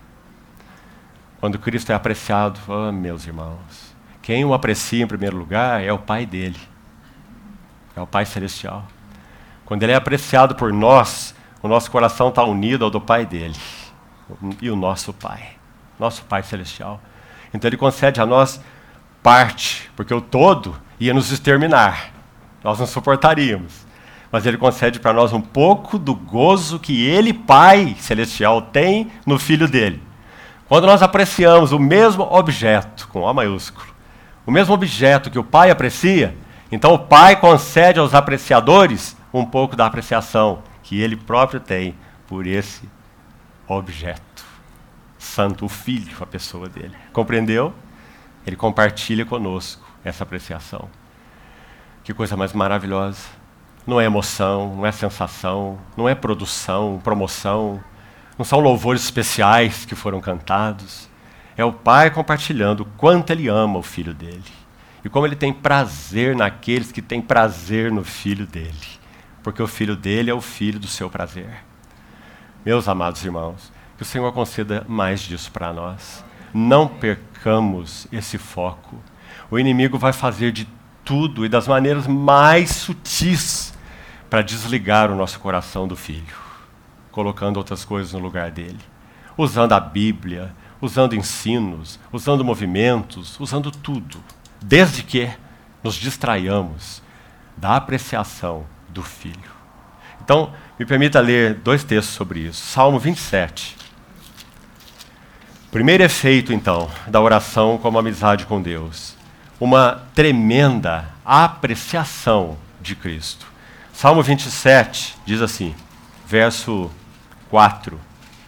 Quando Cristo é apreciado, oh, meus irmãos, quem o aprecia em primeiro lugar é o Pai dele. É o Pai Celestial. Quando Ele é apreciado por nós, o nosso coração está unido ao do Pai dele. E o nosso Pai Celestial. Então Ele concede a nós parte, porque o todo ia nos exterminar. Nós não suportaríamos. Mas Ele concede para nós um pouco do gozo que Ele, Pai Celestial, tem no Filho dele. Quando nós apreciamos o mesmo objeto, com O maiúsculo, o mesmo objeto que o Pai aprecia, então o Pai concede aos apreciadores um pouco da apreciação que Ele próprio tem por esse objeto. Santo, o Filho, a pessoa dele. Compreendeu? Ele compartilha conosco essa apreciação. Que coisa mais maravilhosa. Não é emoção, não é sensação, não é produção, promoção, não são louvores especiais que foram cantados. É o Pai compartilhando o quanto Ele ama o Filho dele. E como Ele tem prazer naqueles que têm prazer no Filho dele. Porque o Filho dele é o Filho do seu prazer. Meus amados irmãos, que o Senhor conceda mais disso para nós. Não percamos esse foco. O inimigo vai fazer de tudo e das maneiras mais sutis para desligar o nosso coração do Filho, colocando outras coisas no lugar dele, usando a Bíblia, usando ensinos, usando movimentos, usando tudo, desde que nos distraiamos da apreciação do Filho. Então, me permita ler 2 textos sobre isso. Salmo 27. Primeiro efeito, então, da oração como amizade com Deus. Uma tremenda apreciação de Cristo. Salmo 27 diz assim, verso 4.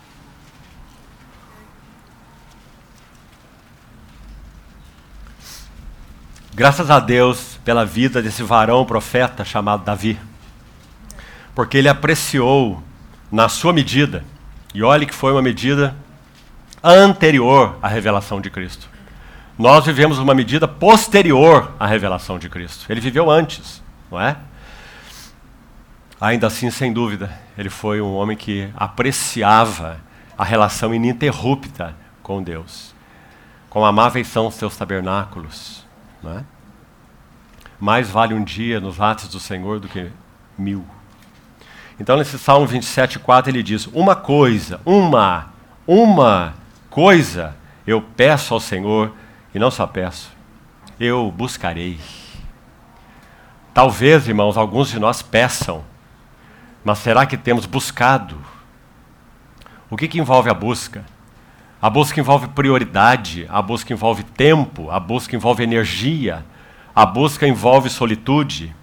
Graças a Deus pela vida desse varão profeta chamado Davi, porque ele apreciou na sua medida, e olhe que foi uma medida anterior à revelação de Cristo. Nós vivemos uma medida posterior à revelação de Cristo. Ele viveu antes, não é? Ainda assim, sem dúvida, ele foi um homem que apreciava a relação ininterrupta com Deus. Quão amáveis são os seus tabernáculos, não é? Mais vale um dia nos atos do Senhor do que 1000. Então, nesse Salmo 27:4, ele diz, uma coisa eu peço ao Senhor, e não só peço, eu buscarei. Talvez, irmãos, alguns de nós peçam, mas será que temos buscado? O que envolve a busca? A busca envolve prioridade, a busca envolve tempo, a busca envolve energia, a busca envolve solitude.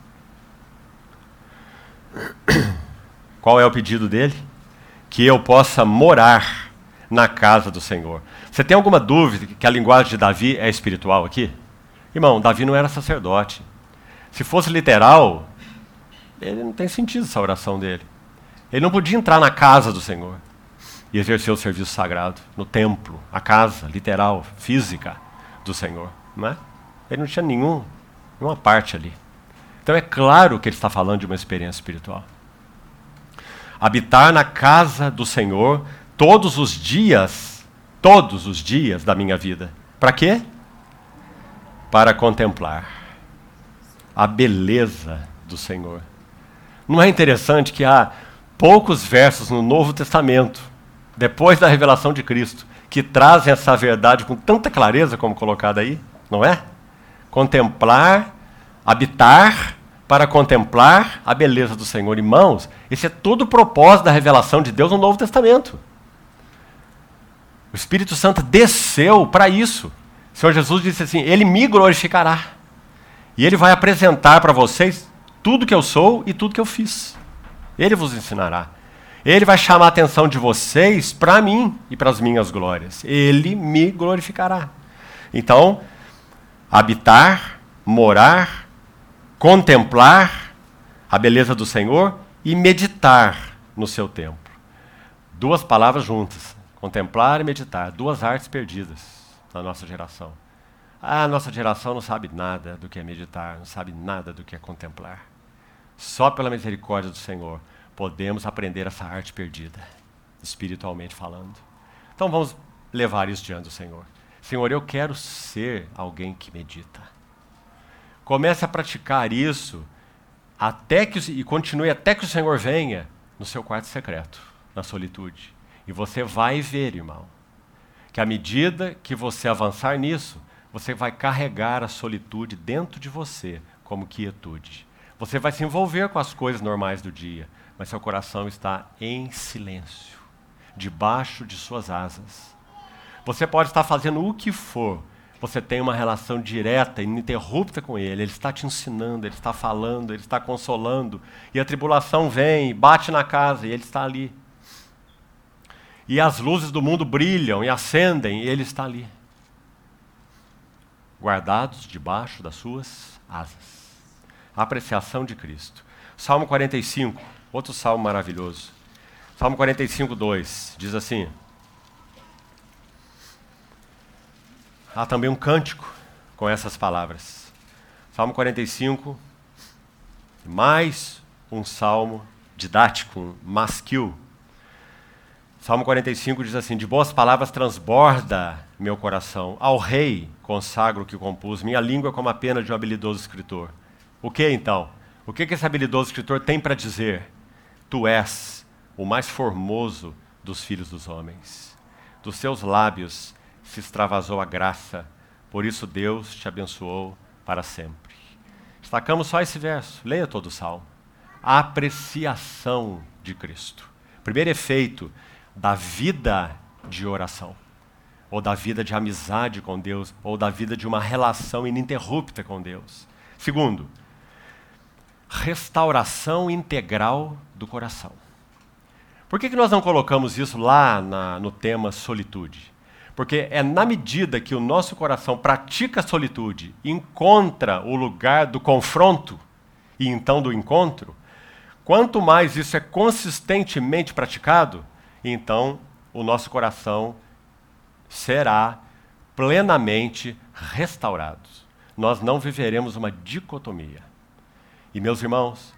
Qual é o pedido dele? Que eu possa morar na casa do Senhor. Você tem alguma dúvida que a linguagem de Davi é espiritual aqui? Irmão, Davi não era sacerdote. Se fosse literal, ele não tem sentido essa oração dele. Ele não podia entrar na casa do Senhor e exercer o serviço sagrado, no templo, a casa literal, física do Senhor. Não é? Ele não tinha nenhuma parte ali. Então é claro que ele está falando de uma experiência espiritual. Habitar na casa do Senhor todos os dias da minha vida. Para quê? Para contemplar a beleza do Senhor. Não é interessante que há poucos versos no Novo Testamento, depois da revelação de Cristo, que trazem essa verdade com tanta clareza como colocada aí, não é? Contemplar, habitar para contemplar a beleza do Senhor. Irmãos, esse é todo o propósito da revelação de Deus no Novo Testamento. O Espírito Santo desceu para isso. O Senhor Jesus disse assim, Ele me glorificará. E Ele vai apresentar para vocês tudo que eu sou e tudo que eu fiz. Ele vos ensinará. Ele vai chamar a atenção de vocês para mim e para as minhas glórias. Ele me glorificará. Então, habitar, morar, contemplar a beleza do Senhor e meditar no seu templo. 2 palavras juntas. Contemplar e meditar. 2 artes perdidas na nossa geração. A nossa geração não sabe nada do que é meditar, não sabe nada do que é contemplar. Só pela misericórdia do Senhor podemos aprender essa arte perdida, espiritualmente falando. Então vamos levar isso diante do Senhor. Senhor, eu quero ser alguém que medita. Comece a praticar isso e continue até que o Senhor venha no seu quarto secreto, na solitude. E você vai ver, irmão, que à medida que você avançar nisso, você vai carregar a solitude dentro de você como quietude. Você vai se envolver com as coisas normais do dia, mas seu coração está em silêncio, debaixo de suas asas. Você pode estar fazendo o que for, você tem uma relação direta, ininterrupta com Ele. Ele está te ensinando, Ele está falando, Ele está consolando. E a tribulação vem, bate na casa e Ele está ali. E as luzes do mundo brilham e acendem e Ele está ali. Guardados debaixo das suas asas. A apreciação de Cristo. Salmo 45, outro salmo maravilhoso. Salmo 45, 2, diz assim. Há também um cântico com essas palavras. Salmo 45, mais um salmo didático, masquil. Salmo 45 diz assim, de boas palavras transborda meu coração, ao rei consagro que compus, minha língua é como a pena de um habilidoso escritor. O que então? O que esse habilidoso escritor tem para dizer? Tu és o mais formoso dos filhos dos homens. Dos seus lábios se extravasou a graça, por isso Deus te abençoou para sempre. Destacamos só esse verso. Leia todo o Salmo. A apreciação de Cristo. Primeiro efeito da vida de oração, ou da vida de amizade com Deus, ou da vida de uma relação ininterrupta com Deus. Segundo, restauração integral do coração. Por que nós não colocamos isso lá no tema solitude? Porque é na medida que o nosso coração pratica a solitude, encontra o lugar do confronto e então do encontro, quanto mais isso é consistentemente praticado, então o nosso coração será plenamente restaurado. Nós não viveremos uma dicotomia. E, meus irmãos,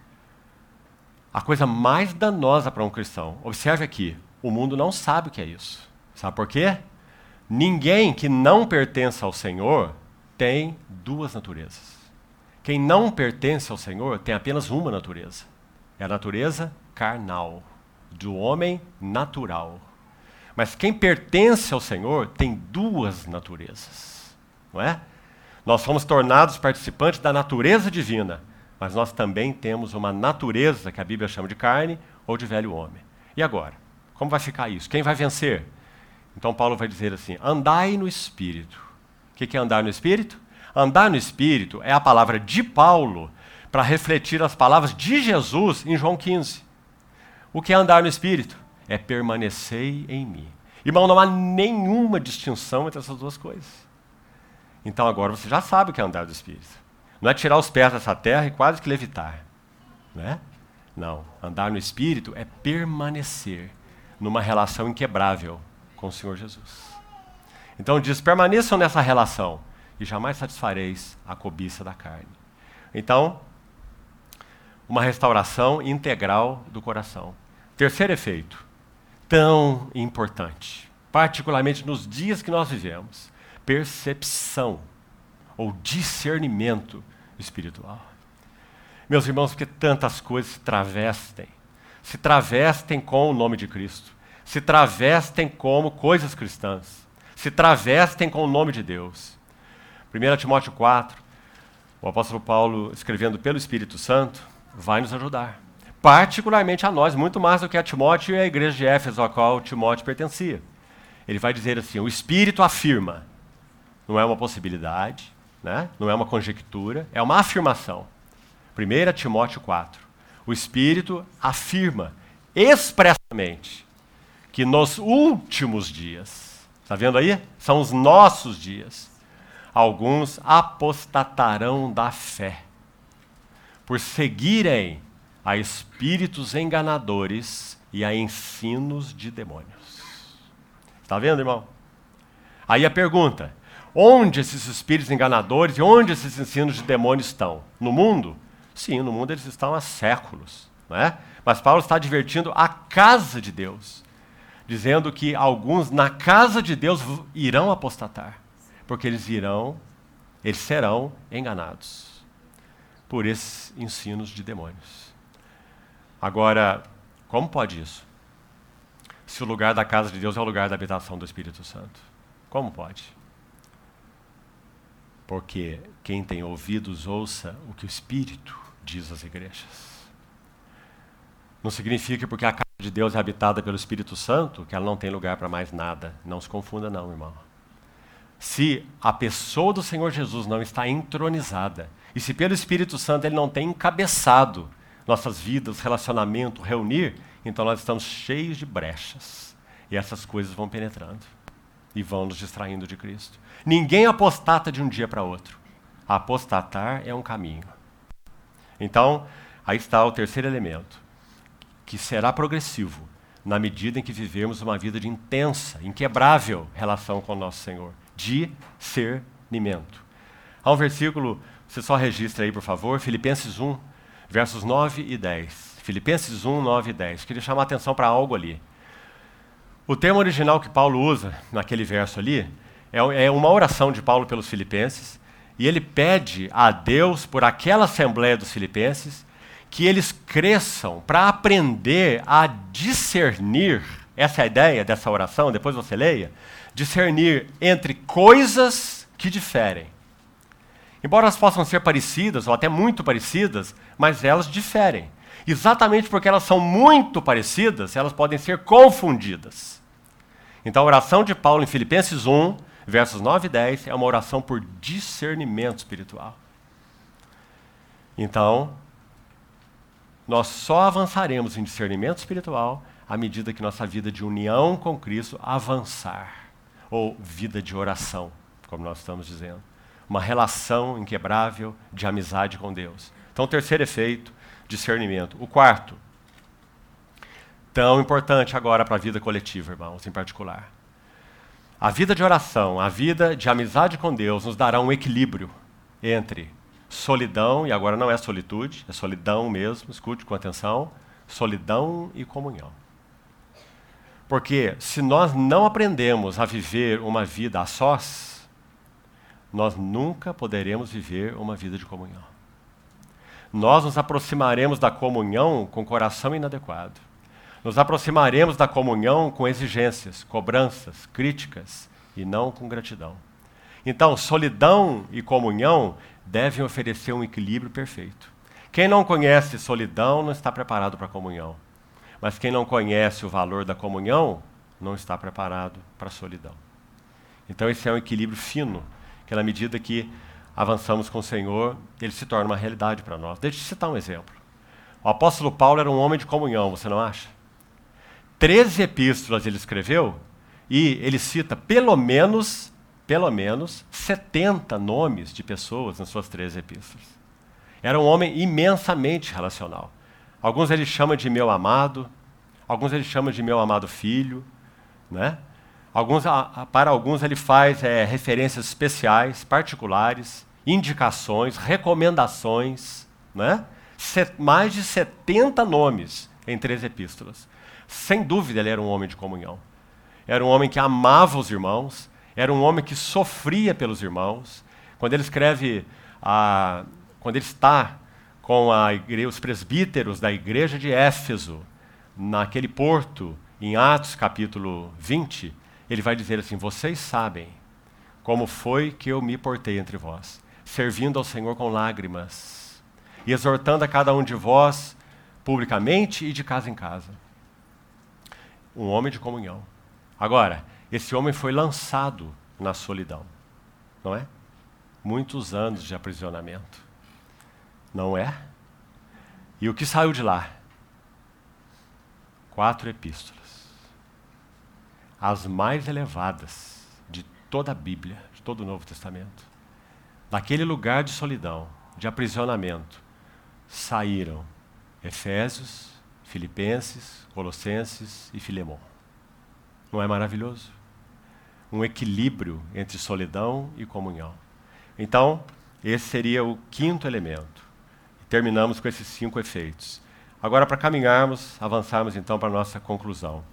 a coisa mais danosa para um cristão, observe aqui, o mundo não sabe o que é isso. Sabe por quê? Ninguém que não pertence ao Senhor tem duas naturezas. Quem não pertence ao Senhor tem apenas uma natureza. É a natureza carnal, do homem natural. Mas quem pertence ao Senhor tem duas naturezas, não é? Nós fomos tornados participantes da natureza divina, mas nós também temos uma natureza que a Bíblia chama de carne ou de velho homem. E agora? Como vai ficar isso? Quem vai vencer? Então Paulo vai dizer assim, andai no Espírito. O que é andar no Espírito? Andar no Espírito é a palavra de Paulo para refletir as palavras de Jesus em João 15. O que é andar no Espírito? É permanecer em mim. Irmão, não há nenhuma distinção entre essas duas coisas. Então agora você já sabe o que é andar do Espírito. Não é tirar os pés dessa terra e quase que levitar. Não é? Não. Andar no Espírito é permanecer numa relação inquebrável com o Senhor Jesus. Então diz, permaneçam nessa relação e jamais satisfareis a cobiça da carne. Então, uma restauração integral do coração. Terceiro efeito, tão importante, particularmente nos dias que nós vivemos, percepção ou discernimento espiritual. Meus irmãos, porque tantas coisas se travestem com o nome de Cristo, se travestem como coisas cristãs, se travestem com o nome de Deus. 1 Timóteo 4, o apóstolo Paulo, escrevendo pelo Espírito Santo, vai nos ajudar. Particularmente a nós, muito mais do que a Timóteo e a igreja de Éfeso, a qual Timóteo pertencia. Ele vai dizer assim, o Espírito afirma, não é uma possibilidade, né? Não é uma conjectura, é uma afirmação. 1 Timóteo 4, o Espírito afirma expressamente que nos últimos dias, está vendo aí? São os nossos dias, alguns apostatarão da fé, por seguirem a espíritos enganadores e a ensinos de demônios. Está vendo, irmão? Aí a pergunta, onde esses espíritos enganadores e onde esses ensinos de demônios estão? No mundo? Sim, no mundo eles estão há séculos, não é? Mas Paulo está advertindo a casa de Deus, dizendo que alguns na casa de Deus irão apostatar, porque eles serão enganados por esses ensinos de demônios. Agora, como pode isso? Se o lugar da casa de Deus é o lugar da habitação do Espírito Santo. Como pode? Porque quem tem ouvidos ouça o que o Espírito diz às igrejas. Não significa que porque a casa de Deus é habitada pelo Espírito Santo, que ela não tem lugar para mais nada. Não se confunda não, irmão. Se a pessoa do Senhor Jesus não está entronizada, e se pelo Espírito Santo ele não tem encabeçado nossas vidas, relacionamento, reunir, então nós estamos cheios de brechas. E essas coisas vão penetrando e vão nos distraindo de Cristo. Ninguém apostata de um dia para outro. Apostatar é um caminho. Então, aí está o terceiro elemento, que será progressivo, na medida em que vivermos uma vida de intensa, inquebrável relação com o nosso Senhor. Discernimento. Há um versículo, você só registra aí, por favor, Filipenses 1, versos 9 e 10. Filipenses 1, 9 e 10. Queria chamar a atenção para algo ali. O termo original que Paulo usa naquele verso ali é uma oração de Paulo pelos filipenses, e ele pede a Deus, por aquela assembleia dos filipenses, que eles cresçam para aprender a discernir, essa é a ideia dessa oração, depois você leia, discernir entre coisas que diferem. Embora elas possam ser parecidas, ou até muito parecidas, mas elas diferem. Exatamente porque elas são muito parecidas, elas podem ser confundidas. Então a oração de Paulo em Filipenses 1, versos 9 e 10, é uma oração por discernimento espiritual. Então, nós só avançaremos em discernimento espiritual à medida que nossa vida de união com Cristo avançar. Ou vida de oração, como nós estamos dizendo. Uma relação inquebrável de amizade com Deus. Então, o terceiro efeito, discernimento. O quarto, tão importante agora para a vida coletiva, irmãos, em particular. A vida de oração, a vida de amizade com Deus nos dará um equilíbrio entre solidão, e agora não é solitude, é solidão mesmo, escute com atenção, solidão e comunhão. Porque se nós não aprendemos a viver uma vida a sós, nós nunca poderemos viver uma vida de comunhão. Nós nos aproximaremos da comunhão com coração inadequado. Nos aproximaremos da comunhão com exigências, cobranças, críticas e não com gratidão. Então, solidão e comunhão devem oferecer um equilíbrio perfeito. Quem não conhece solidão não está preparado para a comunhão. Mas quem não conhece o valor da comunhão não está preparado para a solidão. Então, esse é um equilíbrio fino, que na medida que avançamos com o Senhor, ele se torna uma realidade para nós. Deixa eu citar um exemplo. O apóstolo Paulo era um homem de comunhão, você não acha? 13 epístolas ele escreveu e ele cita pelo menos 70 nomes de pessoas nas suas 13 epístolas. Era um homem imensamente relacional. Alguns ele chama de meu amado, alguns ele chama de meu amado filho, né? Para alguns ele faz referências especiais, particulares, indicações, recomendações, né? Mais de 70 nomes em 13 epístolas. Sem dúvida ele era um homem de comunhão. Era um homem que amava os irmãos, era um homem que sofria pelos irmãos. Quando ele escreve, quando ele está com os presbíteros da igreja de Éfeso, naquele porto, em Atos capítulo 20, ele vai dizer assim: vocês sabem como foi que eu me portei entre vós, servindo ao Senhor com lágrimas, e exortando a cada um de vós publicamente e de casa em casa. Um homem de comunhão. Agora, esse homem foi lançado na solidão, não é? Muitos anos de aprisionamento, não é? E o que saiu de lá? 4 epístolas. As mais elevadas de toda a Bíblia, de todo o Novo Testamento. Daquele lugar de solidão, de aprisionamento, saíram Efésios, Filipenses, Colossenses e Filemão. Não é maravilhoso? Um equilíbrio entre solidão e comunhão. Então, esse seria o quinto elemento. E terminamos com esses 5 efeitos. Agora, para caminharmos, avançarmos então para a nossa conclusão.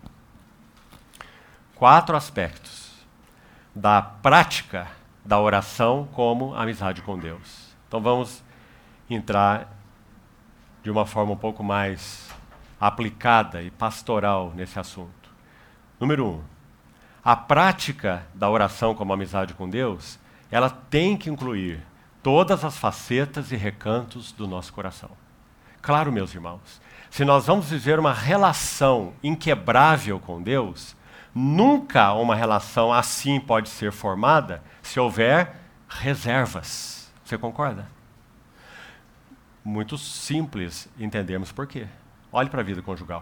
4 aspectos da prática da oração como amizade com Deus. Então vamos entrar de uma forma um pouco mais aplicada e pastoral nesse assunto. Número 1. A prática da oração como amizade com Deus, ela tem que incluir todas as facetas e recantos do nosso coração. Claro, meus irmãos, se nós vamos viver uma relação inquebrável com Deus, nunca uma relação assim pode ser formada se houver reservas. Você concorda? Muito simples entendermos por quê. Olhe para a vida conjugal.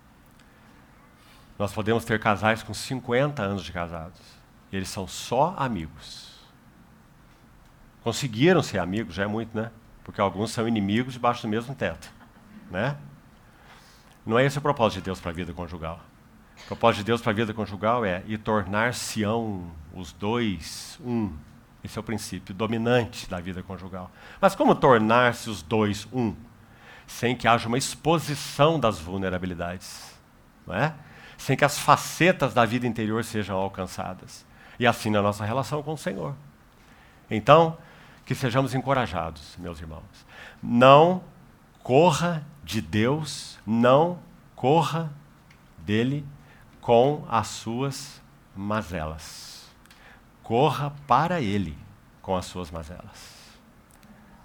Nós podemos ter casais com 50 anos de casados. E eles são só amigos. Conseguiram ser amigos, já é muito, né? Porque alguns são inimigos debaixo do mesmo teto, né? Não é esse o propósito de Deus para a vida conjugal. O propósito de Deus para a vida conjugal é e tornar-se-ão os dois um. Esse é o princípio dominante da vida conjugal. Mas como tornar-se os dois um? Sem que haja uma exposição das vulnerabilidades, não é? Sem que as facetas da vida interior sejam alcançadas. E assim na nossa relação com o Senhor. Então, que sejamos encorajados, meus irmãos. Não corra de Deus, não corra dele com as suas mazelas. Corra para ele com as suas mazelas.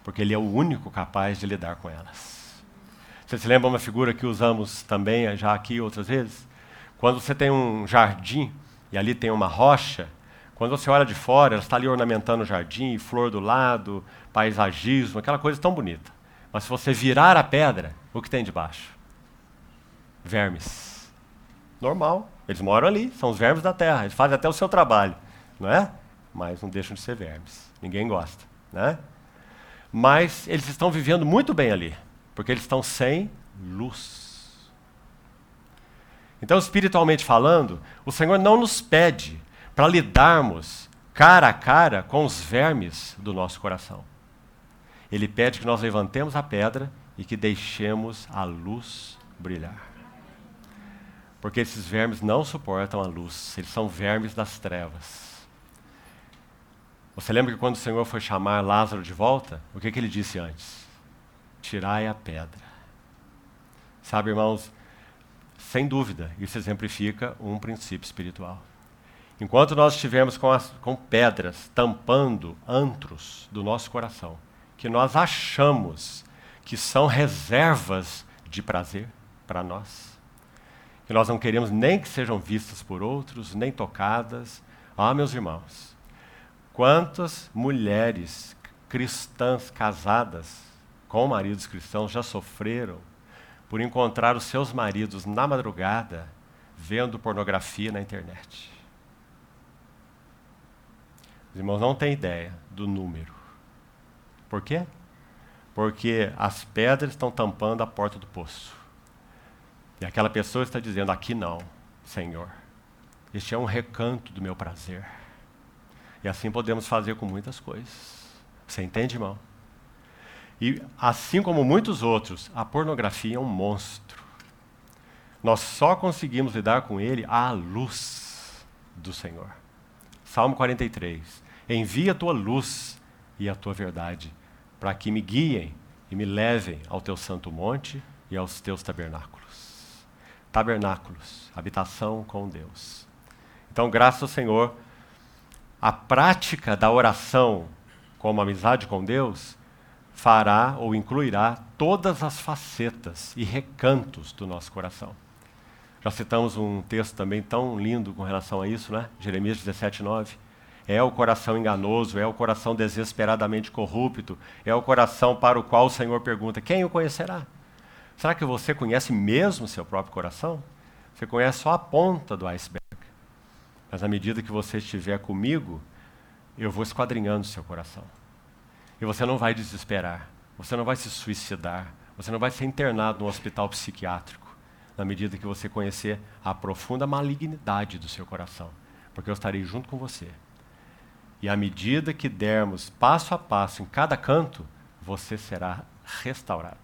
porque Ele é o único capaz de lidar com elas. Você se lembra uma figura que usamos também já aqui outras vezes? Quando você tem um jardim e ali tem uma rocha, quando você olha de fora, ela está ali ornamentando o jardim, flor do lado, paisagismo, aquela coisa tão bonita. Mas se você virar a pedra, o que tem debaixo? Vermes. Normal. Eles moram ali, são os vermes da terra. Eles fazem até o seu trabalho, não é? Mas não deixam de ser vermes. Ninguém gosta, né? Mas eles estão vivendo muito bem ali, porque eles estão sem luz. Então, espiritualmente falando, o Senhor não nos pede para lidarmos cara a cara com os vermes do nosso coração. Ele pede que nós levantemos a pedra e que deixemos a luz brilhar. Porque esses vermes não suportam a luz, eles são vermes das trevas. Você lembra que quando o Senhor foi chamar Lázaro de volta, o que ele disse antes? Tirai a pedra. Sabe, irmãos, sem dúvida, isso exemplifica um princípio espiritual. Enquanto nós estivermos com pedras tampando antros do nosso coração, que nós achamos que são reservas de prazer para nós, que nós não queremos nem que sejam vistas por outros, nem tocadas. Ah, meus irmãos, quantas mulheres cristãs casadas com maridos cristãos já sofreram por encontrar os seus maridos na madrugada vendo pornografia na internet? Os irmãos não têm ideia do número. Por quê? Porque as pedras estão tampando a porta do poço. E aquela pessoa está dizendo, aqui não, Senhor. Este é um recanto do meu prazer. E assim podemos fazer com muitas coisas. Você entende, irmão? E assim como muitos outros, a pornografia é um monstro. Nós só conseguimos lidar com ele à luz do Senhor. Salmo 43. Envia a tua luz e a tua verdade, para que me guiem e me levem ao teu santo monte e aos teus tabernáculos. Tabernáculos, habitação com Deus. Então, graças ao Senhor, a prática da oração como amizade com Deus fará ou incluirá todas as facetas e recantos do nosso coração. Já citamos um texto também tão lindo com relação a isso, né? Jeremias 17:9. É o coração enganoso, é o coração desesperadamente corrupto, é o coração para o qual o Senhor pergunta, quem o conhecerá? Será que você conhece mesmo o seu próprio coração? Você conhece só a ponta do iceberg. Mas à medida que você estiver comigo, eu vou esquadrinhando o seu coração. E você não vai desesperar, você não vai se suicidar, você não vai ser internado num hospital psiquiátrico, na medida que você conhecer a profunda malignidade do seu coração, porque eu estarei junto com você. E à medida que dermos passo a passo em cada canto, você será restaurado.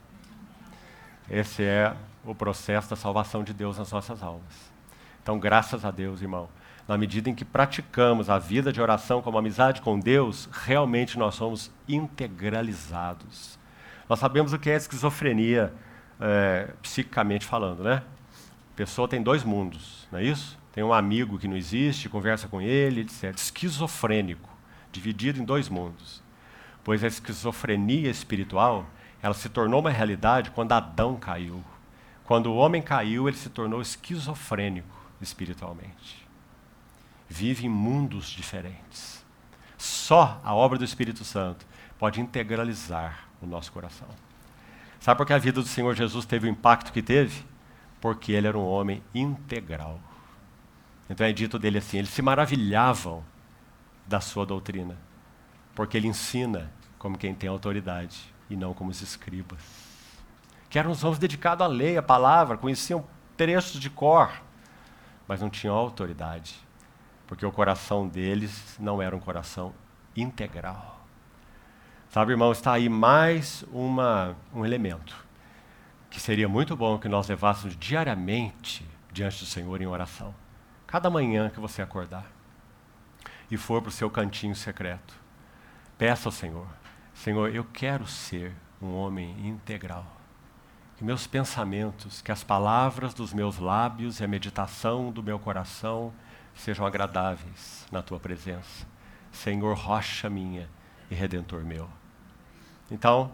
Esse é o processo da salvação de Deus nas nossas almas. Então, graças a Deus, irmão, na medida em que praticamos a vida de oração como amizade com Deus, realmente nós somos integralizados. Nós sabemos o que é esquizofrenia, psicicamente falando, né? A pessoa tem dois mundos, não é isso? Tem um amigo que não existe, conversa com ele, etc. Esquizofrênico, dividido em dois mundos. Pois a esquizofrenia espiritual, ela se tornou uma realidade quando Adão caiu. Quando o homem caiu, ele se tornou esquizofrênico espiritualmente. Vive em mundos diferentes. Só a obra do Espírito Santo pode integralizar o nosso coração. Sabe por que a vida do Senhor Jesus teve o impacto que teve? Porque ele era um homem integral. Então é dito dele assim, eles se maravilhavam da sua doutrina, porque ele ensina como quem tem autoridade e não como os escribas. Que eram os homens dedicados à lei, à palavra, conheciam trechos de cor, mas não tinham autoridade, porque o coração deles não era um coração integral. Sabe, irmão, está aí mais um elemento que seria muito bom que nós levássemos diariamente diante do Senhor em oração. Cada manhã que você acordar e for para o seu cantinho secreto, peça ao Senhor, Senhor, eu quero ser um homem integral. Que meus pensamentos, que as palavras dos meus lábios e a meditação do meu coração sejam agradáveis na Tua presença. Senhor, rocha minha e Redentor meu. Então,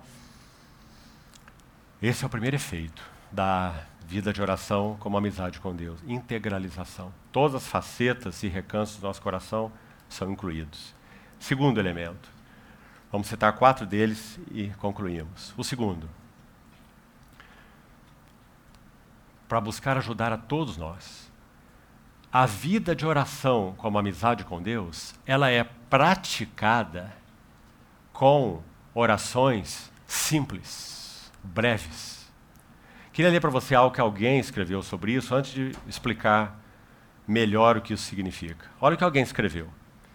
esse é o primeiro efeito da vida de oração como amizade com Deus. Integralização. Todas as facetas e recantos do nosso coração são incluídos. Segundo elemento. Vamos citar 4 deles e concluímos. O segundo. Para buscar ajudar a todos nós. A vida de oração como amizade com Deus, ela é praticada com orações simples, breves. Queria ler para você algo que alguém escreveu sobre isso, antes de explicar melhor o que isso significa. Olha o que alguém escreveu.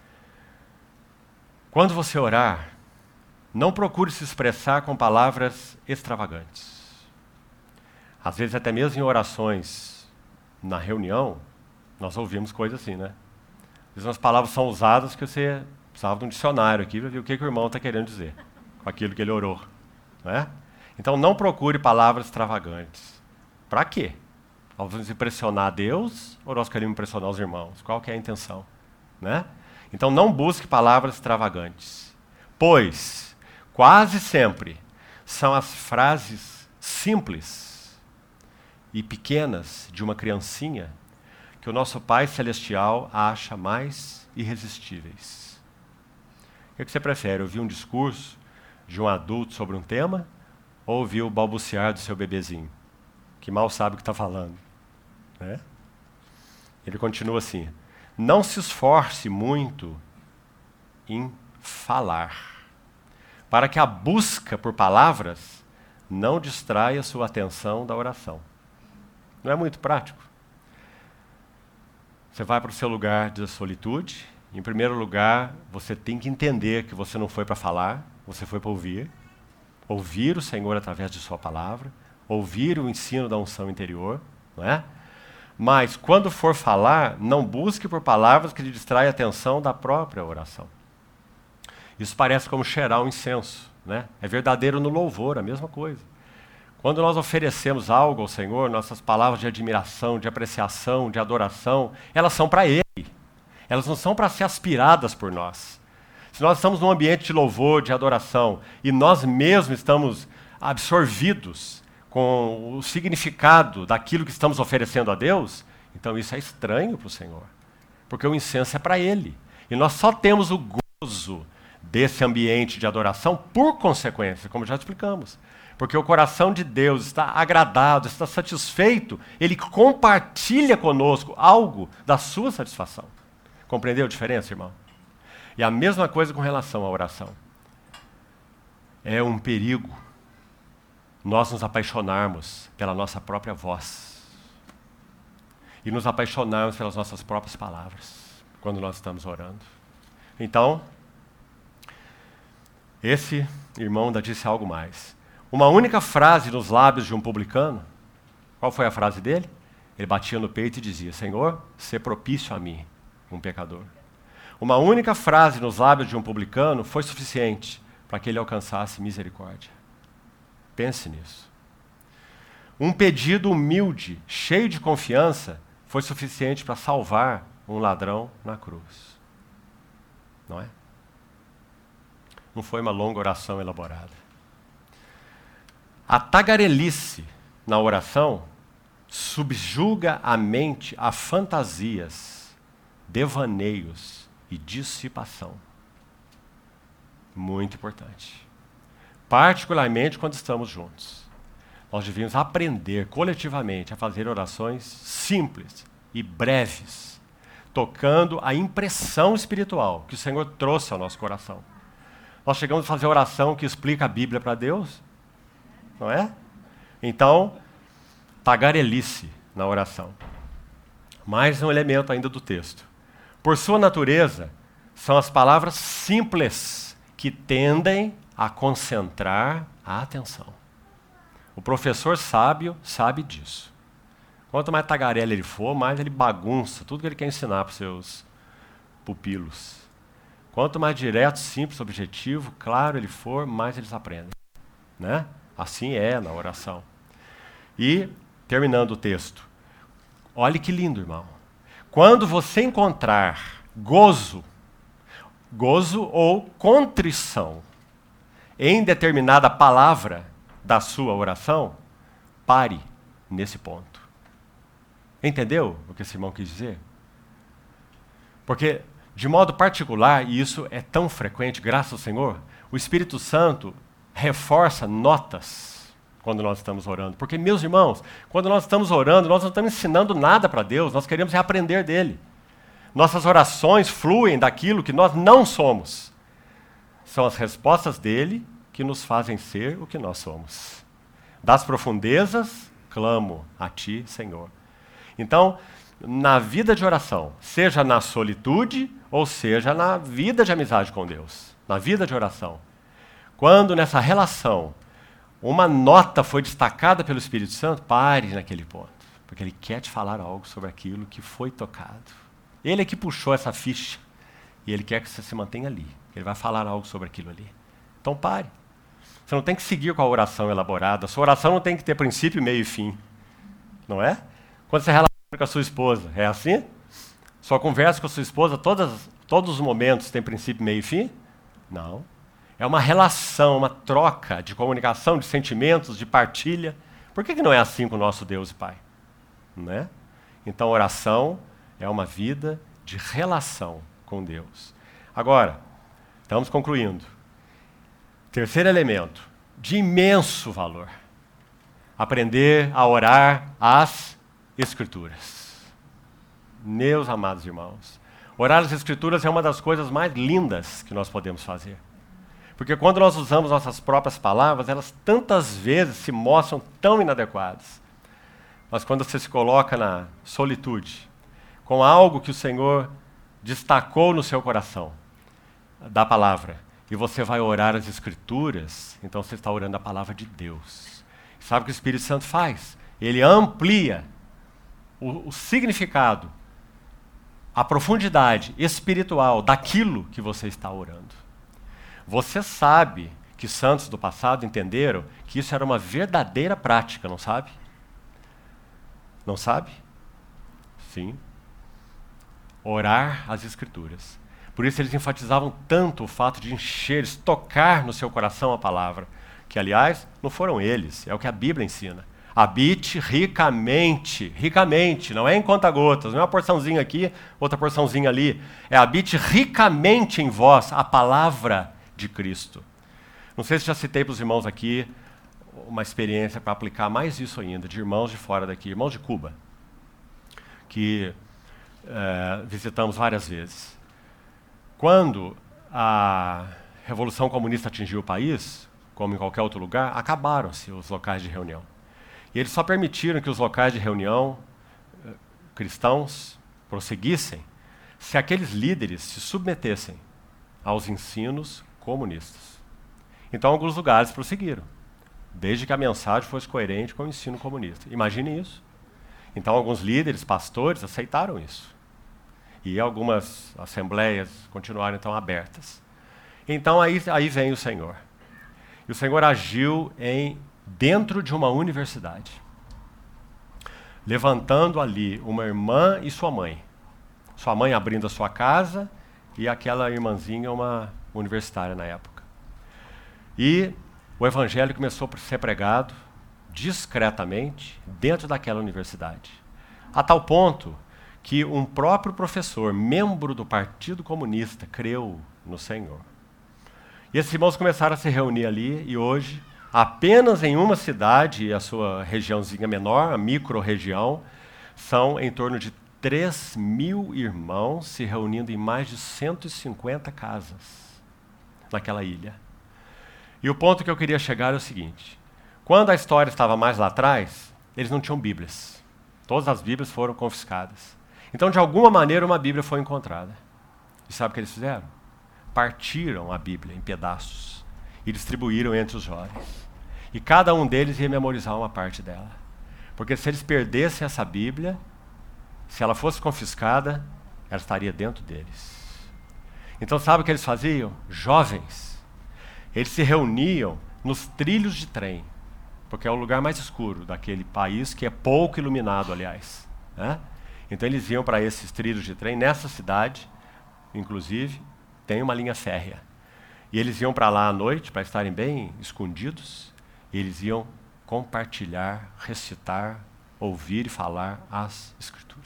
Quando você orar, não procure se expressar com palavras extravagantes. Às vezes, até mesmo em orações na reunião, nós ouvimos coisas assim, né? Às vezes, as palavras são usadas que você precisava de um dicionário aqui para ver o que o irmão está querendo dizer com aquilo que ele orou. Não é? Então, não procure palavras extravagantes. Para quê? Nós vamos impressionar a Deus ou nós queremos impressionar os irmãos? Qual que é a intenção? Né? Então, não busque palavras extravagantes. Pois, quase sempre, são as frases simples e pequenas de uma criancinha que o nosso Pai Celestial acha mais irresistíveis. O que você prefere? Ouvir um discurso de um adulto sobre um tema ou ouvir o balbuciar do seu bebezinho, que mal sabe o que está falando? Né? Ele continua assim: não se esforce muito em falar, para que a busca por palavras não distraia sua atenção da oração. Não é muito prático? Você vai para o seu lugar de solitude. Em primeiro lugar, você tem que entender que você não foi para falar, você foi para ouvir. Ouvir o Senhor através de sua palavra, ouvir o ensino da unção interior, não é? Mas, quando for falar, não busque por palavras que lhe distraem a atenção da própria oração. Isso parece como cheirar um incenso, né? É verdadeiro no louvor, a mesma coisa. Quando nós oferecemos algo ao Senhor, nossas palavras de admiração, de apreciação, de adoração, elas são para Ele. Elas não são para ser aspiradas por nós. Se nós estamos num ambiente de louvor, de adoração, e nós mesmos estamos absorvidos com o significado daquilo que estamos oferecendo a Deus, então isso é estranho para o Senhor. Porque o incenso é para Ele. E nós só temos o gozo desse ambiente de adoração por consequência, como já explicamos. Porque o coração de Deus está agradado, está satisfeito, Ele compartilha conosco algo da sua satisfação. Compreendeu a diferença, irmão? E a mesma coisa com relação à oração. É um perigo nós nos apaixonarmos pela nossa própria voz e nos apaixonarmos pelas nossas próprias palavras quando nós estamos orando. Então, esse irmão ainda disse algo mais. Uma única frase nos lábios de um publicano, qual foi a frase dele? Ele batia no peito e dizia: Senhor, sê propício a mim, um pecador. Uma única frase nos lábios de um publicano foi suficiente para que ele alcançasse misericórdia. Pense nisso. Um pedido humilde, cheio de confiança, foi suficiente para salvar um ladrão na cruz. Não é? Não foi uma longa oração elaborada. A tagarelice na oração subjuga a mente a fantasias, devaneios e dissipação. Muito importante. Particularmente quando estamos juntos. Nós devíamos aprender coletivamente a fazer orações simples e breves, tocando a impressão espiritual que o Senhor trouxe ao nosso coração. Nós chegamos a fazer oração que explica a Bíblia para Deus, não é? Então, tagarelice na oração. Mais um elemento ainda do texto. Por sua natureza, são as palavras simples que tendem a concentrar a atenção. O professor sábio sabe disso. Quanto mais tagarela ele for, mais ele bagunça tudo que ele quer ensinar para os seus pupilos. Quanto mais direto, simples, objetivo, claro ele for, mais eles aprendem. Né? Assim é na oração. E, terminando o texto, olhe que lindo, irmão. Quando você encontrar gozo ou contrição em determinada palavra da sua oração, pare nesse ponto. Entendeu o que esse irmão quis dizer? Porque, de modo particular, e isso é tão frequente, graças ao Senhor, o Espírito Santo reforça notas quando nós estamos orando. Porque, meus irmãos, quando nós estamos orando, nós não estamos ensinando nada para Deus, nós queremos reaprender dele. Nossas orações fluem daquilo que nós não somos. São as respostas dele que nos fazem ser o que nós somos. Das profundezas, clamo a ti, Senhor. Então, na vida de oração, seja na solitude ou seja na vida de amizade com Deus, na vida de oração, quando nessa relação uma nota foi destacada pelo Espírito Santo, pare naquele ponto, porque ele quer te falar algo sobre aquilo que foi tocado. Ele é que puxou essa ficha e ele quer que você se mantenha ali. Ele vai falar algo sobre aquilo ali. Então pare. Você não tem que seguir com a oração elaborada. A sua oração não tem que ter princípio, meio e fim. Não é? Quando você relaciona com a sua esposa, é assim? Sua conversa com a sua esposa, todos os momentos tem princípio, meio e fim? Não. É uma relação, uma troca de comunicação, de sentimentos, de partilha. Por que não é assim com o nosso Deus e Pai? Não é? Então, oração é uma vida de relação com Deus. Agora, estamos concluindo. Terceiro elemento, de imenso valor. Aprender a orar as Escrituras. Meus amados irmãos, orar as Escrituras é uma das coisas mais lindas que nós podemos fazer. Porque quando nós usamos nossas próprias palavras, elas tantas vezes se mostram tão inadequadas. Mas quando você se coloca na solitude, com algo que o Senhor destacou no seu coração, da palavra, e você vai orar as Escrituras, então você está orando a palavra de Deus. Sabe o que o Espírito Santo faz? Ele amplia o significado, a profundidade espiritual daquilo que você está orando. Você sabe que santos do passado entenderam que isso era uma verdadeira prática, não sabe? Não sabe? Sim. Orar as Escrituras. Por isso eles enfatizavam tanto o fato de encher, tocar no seu coração a palavra, que aliás, não foram eles, é o que a Bíblia ensina. Habite ricamente, ricamente, não é em conta-gotas, não é uma porçãozinha aqui, outra porçãozinha ali. É habite ricamente em vós a palavra de Cristo. Não sei se já citei para os irmãos aqui uma experiência para aplicar mais isso ainda, de irmãos de fora daqui, irmãos de Cuba, que visitamos várias vezes. Quando a Revolução Comunista atingiu o país, como em qualquer outro lugar, acabaram-se os locais de reunião. E eles só permitiram que os locais de reunião cristãos prosseguissem se aqueles líderes se submetessem aos ensinos comunistas. Então, alguns lugares prosseguiram, desde que a mensagem fosse coerente com o ensino comunista. Imagine isso. Então, alguns líderes, pastores, aceitaram isso. E algumas assembleias continuaram, então, abertas. Então, aí vem o Senhor. E o Senhor agiu dentro de uma universidade, levantando ali uma irmã e sua mãe. Sua mãe abrindo a sua casa e aquela irmãzinha, uma universitária na época. E o evangelho começou a ser pregado discretamente dentro daquela universidade. A tal ponto que um próprio professor, membro do Partido Comunista, creu no Senhor. E esses irmãos começaram a se reunir ali e hoje, apenas em uma cidade e a sua regiãozinha menor, a micro-região, são em torno de 3.000 irmãos se reunindo em mais de 150 casas naquela ilha. E o ponto que eu queria chegar é o seguinte: quando a história estava mais lá atrás, eles não tinham Bíblias. Todas as Bíblias foram confiscadas. Então, de alguma maneira, uma Bíblia foi encontrada. E sabe o que eles fizeram? Partiram a Bíblia em pedaços e distribuíram entre os jovens. E cada um deles ia memorizar uma parte dela. Porque se eles perdessem essa Bíblia, se ela fosse confiscada, ela estaria dentro deles. Então, sabe o que eles faziam? Jovens. Eles se reuniam nos trilhos de trem, porque é o lugar mais escuro daquele país, que é pouco iluminado, aliás, né? Então eles iam para esses trilhos de trem. Nessa cidade, inclusive, tem uma linha férrea. E eles iam para lá à noite, para estarem bem escondidos, e eles iam compartilhar, recitar, ouvir e falar as Escrituras.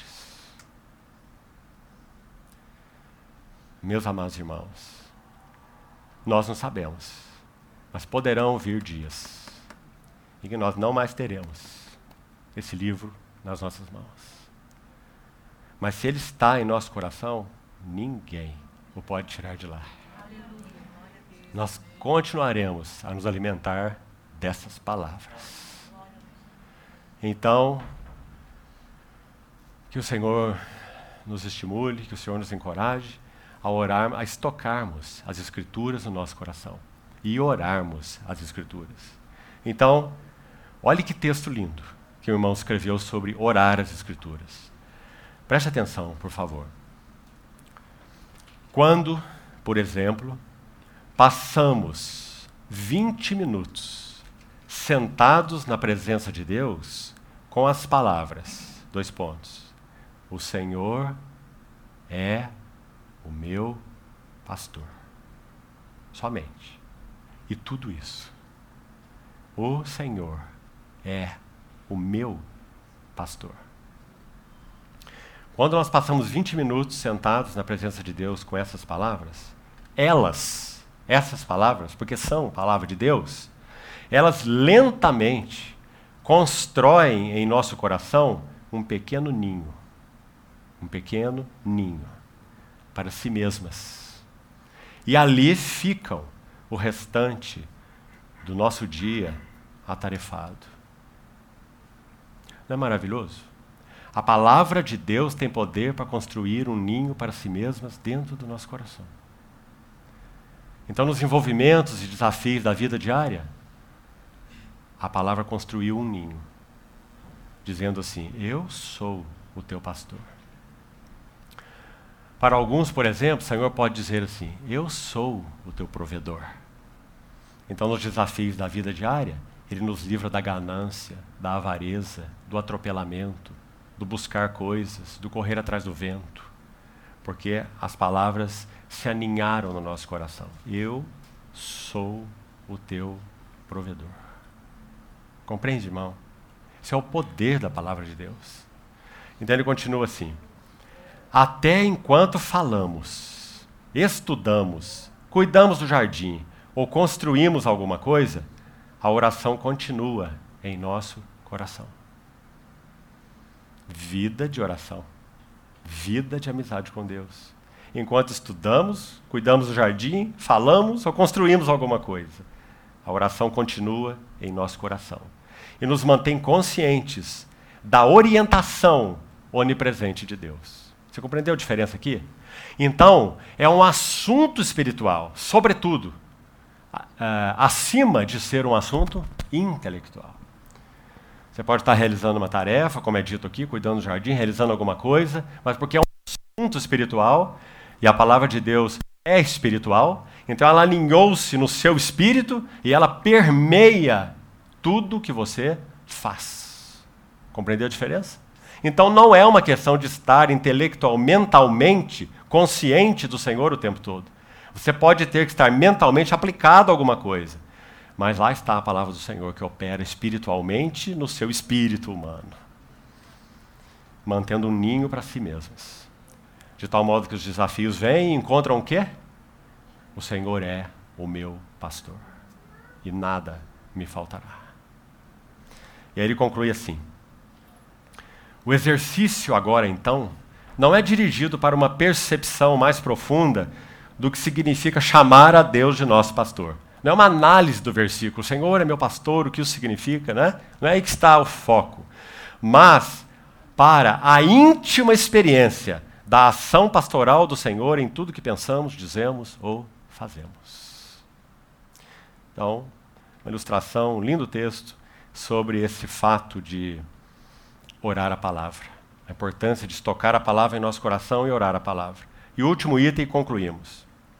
Meus amados irmãos, nós não sabemos, mas poderão vir dias em que nós não mais teremos esse livro nas nossas mãos. Mas se ele está em nosso coração, ninguém o pode tirar de lá. Nós continuaremos a nos alimentar dessas palavras. Então, que o Senhor nos estimule, que o Senhor nos encoraje a orar, a estocarmos as Escrituras no nosso coração e orarmos as Escrituras. Então, olhe que texto lindo que o irmão escreveu sobre orar as Escrituras. Preste atenção, por favor. Quando, por exemplo, passamos 20 minutos sentados na presença de Deus com as palavras, 2 pontos. O Senhor é o meu pastor. Somente. E tudo isso. O Senhor é o meu pastor. Quando nós passamos 20 minutos sentados na presença de Deus com essas palavras, essas palavras, porque são palavra de Deus, elas lentamente constroem em nosso coração um pequeno ninho para si mesmas. E ali ficam o restante do nosso dia atarefado. Não é maravilhoso? A palavra de Deus tem poder para construir um ninho para si mesmas dentro do nosso coração. Então, nos envolvimentos e desafios da vida diária, a palavra construiu um ninho, dizendo assim: eu sou o teu pastor. Para alguns, por exemplo, o Senhor pode dizer assim: eu sou o teu provedor. Então, nos desafios da vida diária, Ele nos livra da ganância, da avareza, do atropelamento, do buscar coisas, do correr atrás do vento, porque as palavras se aninharam no nosso coração. Eu sou o teu provedor. Compreende, irmão? Esse é o poder da palavra de Deus. Então ele continua assim: até enquanto falamos, estudamos, cuidamos do jardim ou construímos alguma coisa, a oração continua em nosso coração. Vida de oração, vida de amizade com Deus. Enquanto estudamos, cuidamos do jardim, falamos ou construímos alguma coisa, a oração continua em nosso coração e nos mantém conscientes da orientação onipresente de Deus. Você compreendeu a diferença aqui? Então, é um assunto espiritual, sobretudo, acima de ser um assunto intelectual. Você pode estar realizando uma tarefa, como é dito aqui, cuidando do jardim, realizando alguma coisa, mas porque é um assunto espiritual, e a palavra de Deus é espiritual, então ela alinhou-se no seu espírito e ela permeia tudo que você faz. Compreendeu a diferença? Então não é uma questão de estar mentalmente consciente do Senhor o tempo todo. Você pode ter que estar mentalmente aplicado a alguma coisa. Mas lá está a palavra do Senhor que opera espiritualmente no seu espírito humano, mantendo um ninho para si mesmas. De tal modo que os desafios vêm e encontram o quê? O Senhor é o meu pastor e nada me faltará. E aí ele conclui assim: o exercício agora, então, não é dirigido para uma percepção mais profunda do que significa chamar a Deus de nosso pastor. Não é uma análise do versículo, o Senhor é meu pastor, o que isso significa, né? Não é aí que está o foco. Mas para a íntima experiência da ação pastoral do Senhor em tudo que pensamos, dizemos ou fazemos. Então, uma ilustração, um lindo texto sobre esse fato de orar a palavra. A importância de estocar a palavra em nosso coração e orar a palavra. E o último item, e concluímos.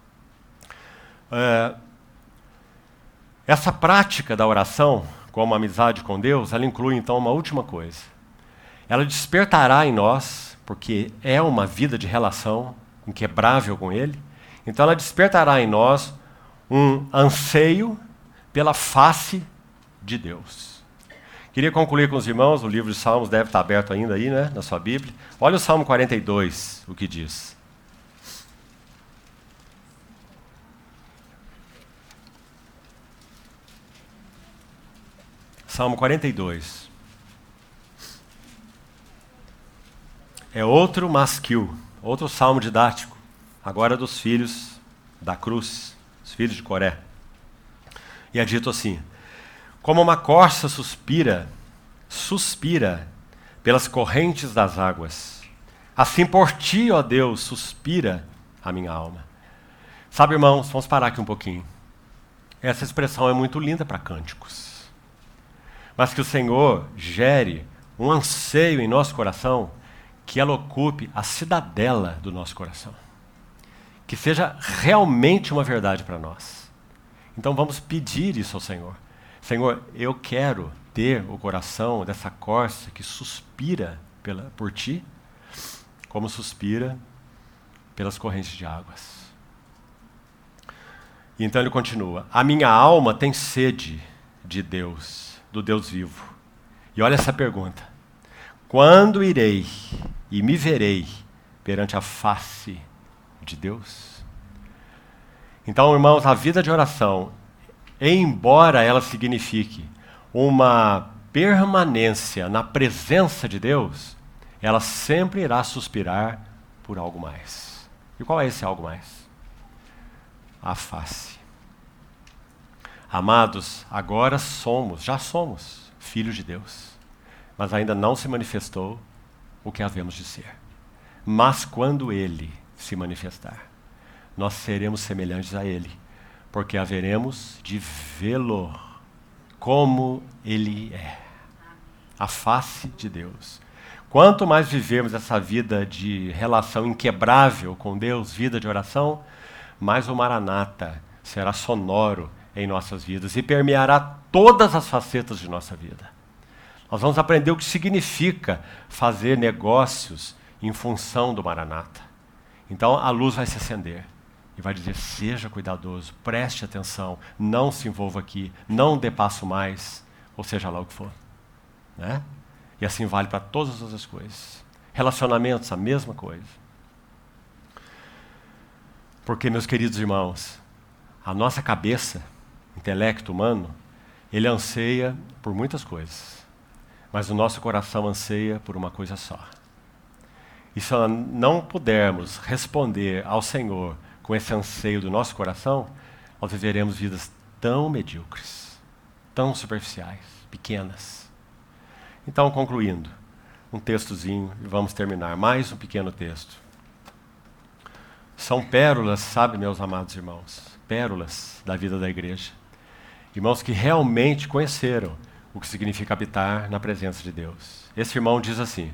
Essa prática da oração, como amizade com Deus, ela inclui então uma última coisa. Ela despertará em nós, porque é uma vida de relação inquebrável com Ele, então ela despertará em nós um anseio pela face de Deus. Queria concluir com os irmãos, o livro de Salmos deve estar aberto ainda aí, né, na sua Bíblia. Olha o Salmo 42, o que diz. Salmo 42. É outro masquil, outro salmo didático, agora dos filhos da cruz, os filhos de Coré. E é dito assim: como uma corça suspira pelas correntes das águas, assim por ti, ó Deus, suspira a minha alma. Sabe, irmãos, vamos parar aqui um pouquinho. Essa expressão é muito linda para cânticos. Mas que o Senhor gere um anseio em nosso coração, que ela ocupe a cidadela do nosso coração. Que seja realmente uma verdade para nós. Então vamos pedir isso ao Senhor. Senhor, eu quero ter o coração dessa corça que suspira por ti, como suspira pelas correntes de águas. E então ele continua: a minha alma tem sede de Deus, do Deus vivo. E olha essa pergunta: quando irei e me verei perante a face de Deus? Então, irmãos, a vida de oração, embora ela signifique uma permanência na presença de Deus, ela sempre irá suspirar por algo mais. E qual é esse algo mais? A face. Amados, agora já somos filhos de Deus, mas ainda não se manifestou o que havemos de ser. Mas quando Ele se manifestar, nós seremos semelhantes a Ele, porque haveremos de vê-lo como Ele é. A face de Deus. Quanto mais vivermos essa vida de relação inquebrável com Deus, vida de oração, mais o Maranata será sonoro em nossas vidas e permeará todas as facetas de nossa vida. Nós vamos aprender o que significa fazer negócios em função do Maranata. Então a luz vai se acender e vai dizer: seja cuidadoso, preste atenção, não se envolva aqui, não dê passo mais, ou seja lá o que for. Né? E assim vale para todas as outras coisas. Relacionamentos, a mesma coisa. Porque, meus queridos irmãos, a nossa cabeça, intelecto humano, ele anseia por muitas coisas, mas o nosso coração anseia por uma coisa só. E se não pudermos responder ao Senhor com esse anseio do nosso coração, nós viveremos vidas tão medíocres, tão superficiais, pequenas. Então, concluindo, um textozinho e vamos terminar. Mais um pequeno texto. São pérolas, sabe, meus amados irmãos, pérolas da vida da igreja. Irmãos que realmente conheceram o que significa habitar na presença de Deus. Esse irmão diz assim: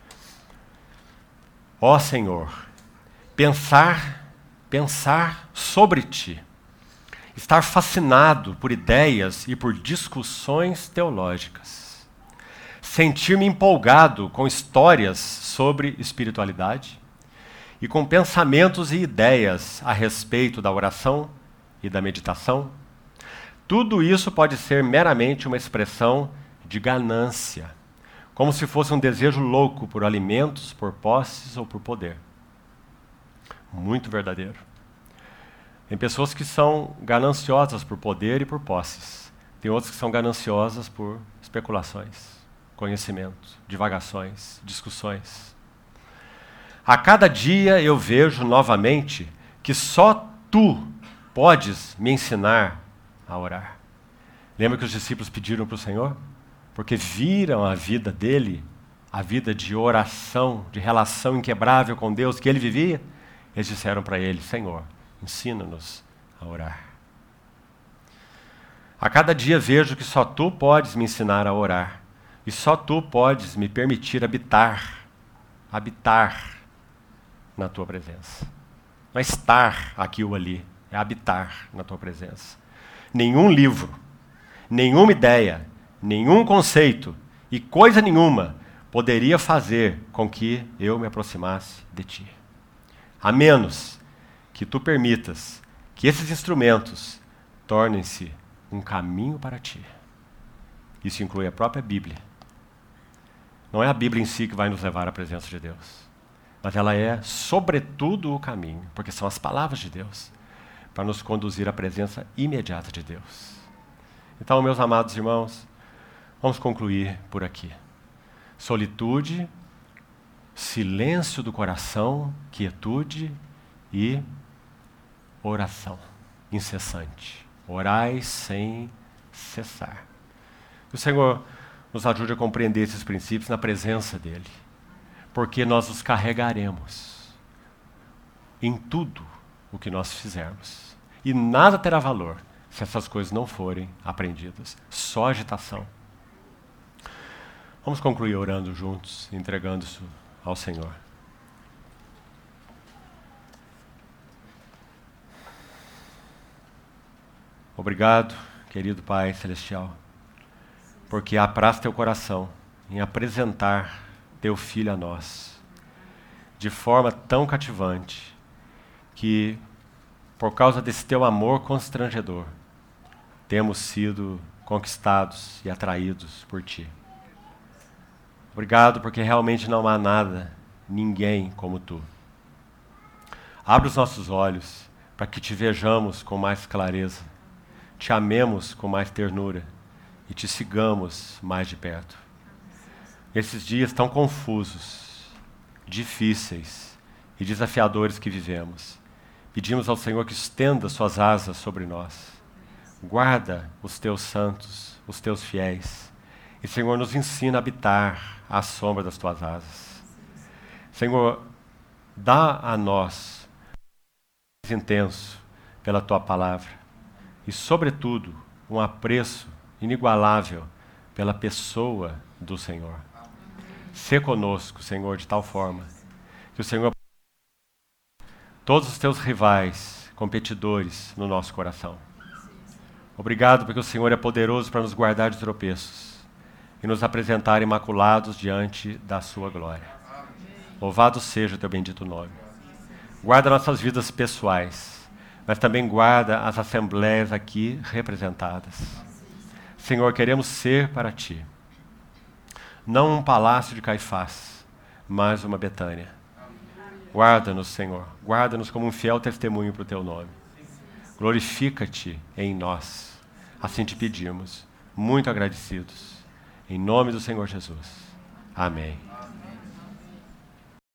ó Senhor, pensar sobre ti, estar fascinado por ideias e por discussões teológicas, sentir-me empolgado com histórias sobre espiritualidade e com pensamentos e ideias a respeito da oração e da meditação, tudo isso pode ser meramente uma expressão de ganância, como se fosse um desejo louco por alimentos, por posses ou por poder. Muito verdadeiro. Tem pessoas que são gananciosas por poder e por posses. Tem outras que são gananciosas por especulações, conhecimento, divagações, discussões. A cada dia eu vejo novamente que só tu podes me ensinar a orar. Lembra que os discípulos pediram para o Senhor? Porque viram a vida dele, a vida de oração, de relação inquebrável com Deus que ele vivia. Eles disseram para ele: Senhor, ensina-nos a orar. A cada dia vejo que só tu podes me ensinar a orar. E só tu podes me permitir habitar na tua presença. Não é estar aqui ou ali, é habitar na tua presença. Nenhum livro, nenhuma ideia, nenhum conceito e coisa nenhuma poderia fazer com que eu me aproximasse de ti. A menos que tu permitas que esses instrumentos tornem-se um caminho para ti. Isso inclui a própria Bíblia. Não é a Bíblia em si que vai nos levar à presença de Deus, mas ela é, sobretudo, o caminho, porque são as palavras de Deus, para nos conduzir à presença imediata de Deus. Então, meus amados irmãos, vamos concluir por aqui. Solitude, silêncio do coração, quietude e oração incessante. Orai sem cessar. Que o Senhor nos ajude a compreender esses princípios na presença dEle, porque nós os carregaremos em tudo o que nós fizermos. E nada terá valor se essas coisas não forem aprendidas. Só agitação. Vamos concluir orando juntos, entregando isso ao Senhor. Obrigado, querido Pai Celestial, porque apraz teu coração em apresentar teu Filho a nós, de forma tão cativante, que, por causa desse teu amor constrangedor, temos sido conquistados e atraídos por ti. Obrigado, porque realmente não há nada, ninguém como tu. Abre os nossos olhos para que te vejamos com mais clareza, te amemos com mais ternura e te sigamos mais de perto. Esses dias tão confusos, difíceis e desafiadores que vivemos, pedimos ao Senhor que estenda suas asas sobre nós. Guarda os teus santos, os teus fiéis. E, Senhor, nos ensina a habitar à sombra das tuas asas. Senhor, dá a nós intenso pela tua palavra e, sobretudo, um apreço inigualável pela pessoa do Senhor. Sê conosco, Senhor, de tal forma que o Senhor todos os teus rivais, competidores no nosso coração. Obrigado porque o Senhor é poderoso para nos guardar de tropeços e nos apresentar imaculados diante da sua glória. Louvado seja o teu bendito nome. Guarda nossas vidas pessoais, mas também guarda as assembleias aqui representadas. Senhor, queremos ser para ti, não um palácio de Caifás, mas uma Betânia. Guarda-nos, Senhor, guarda-nos como um fiel testemunho para o teu nome. Glorifica-te em nós, assim te pedimos, muito agradecidos. Em nome do Senhor Jesus. Amém.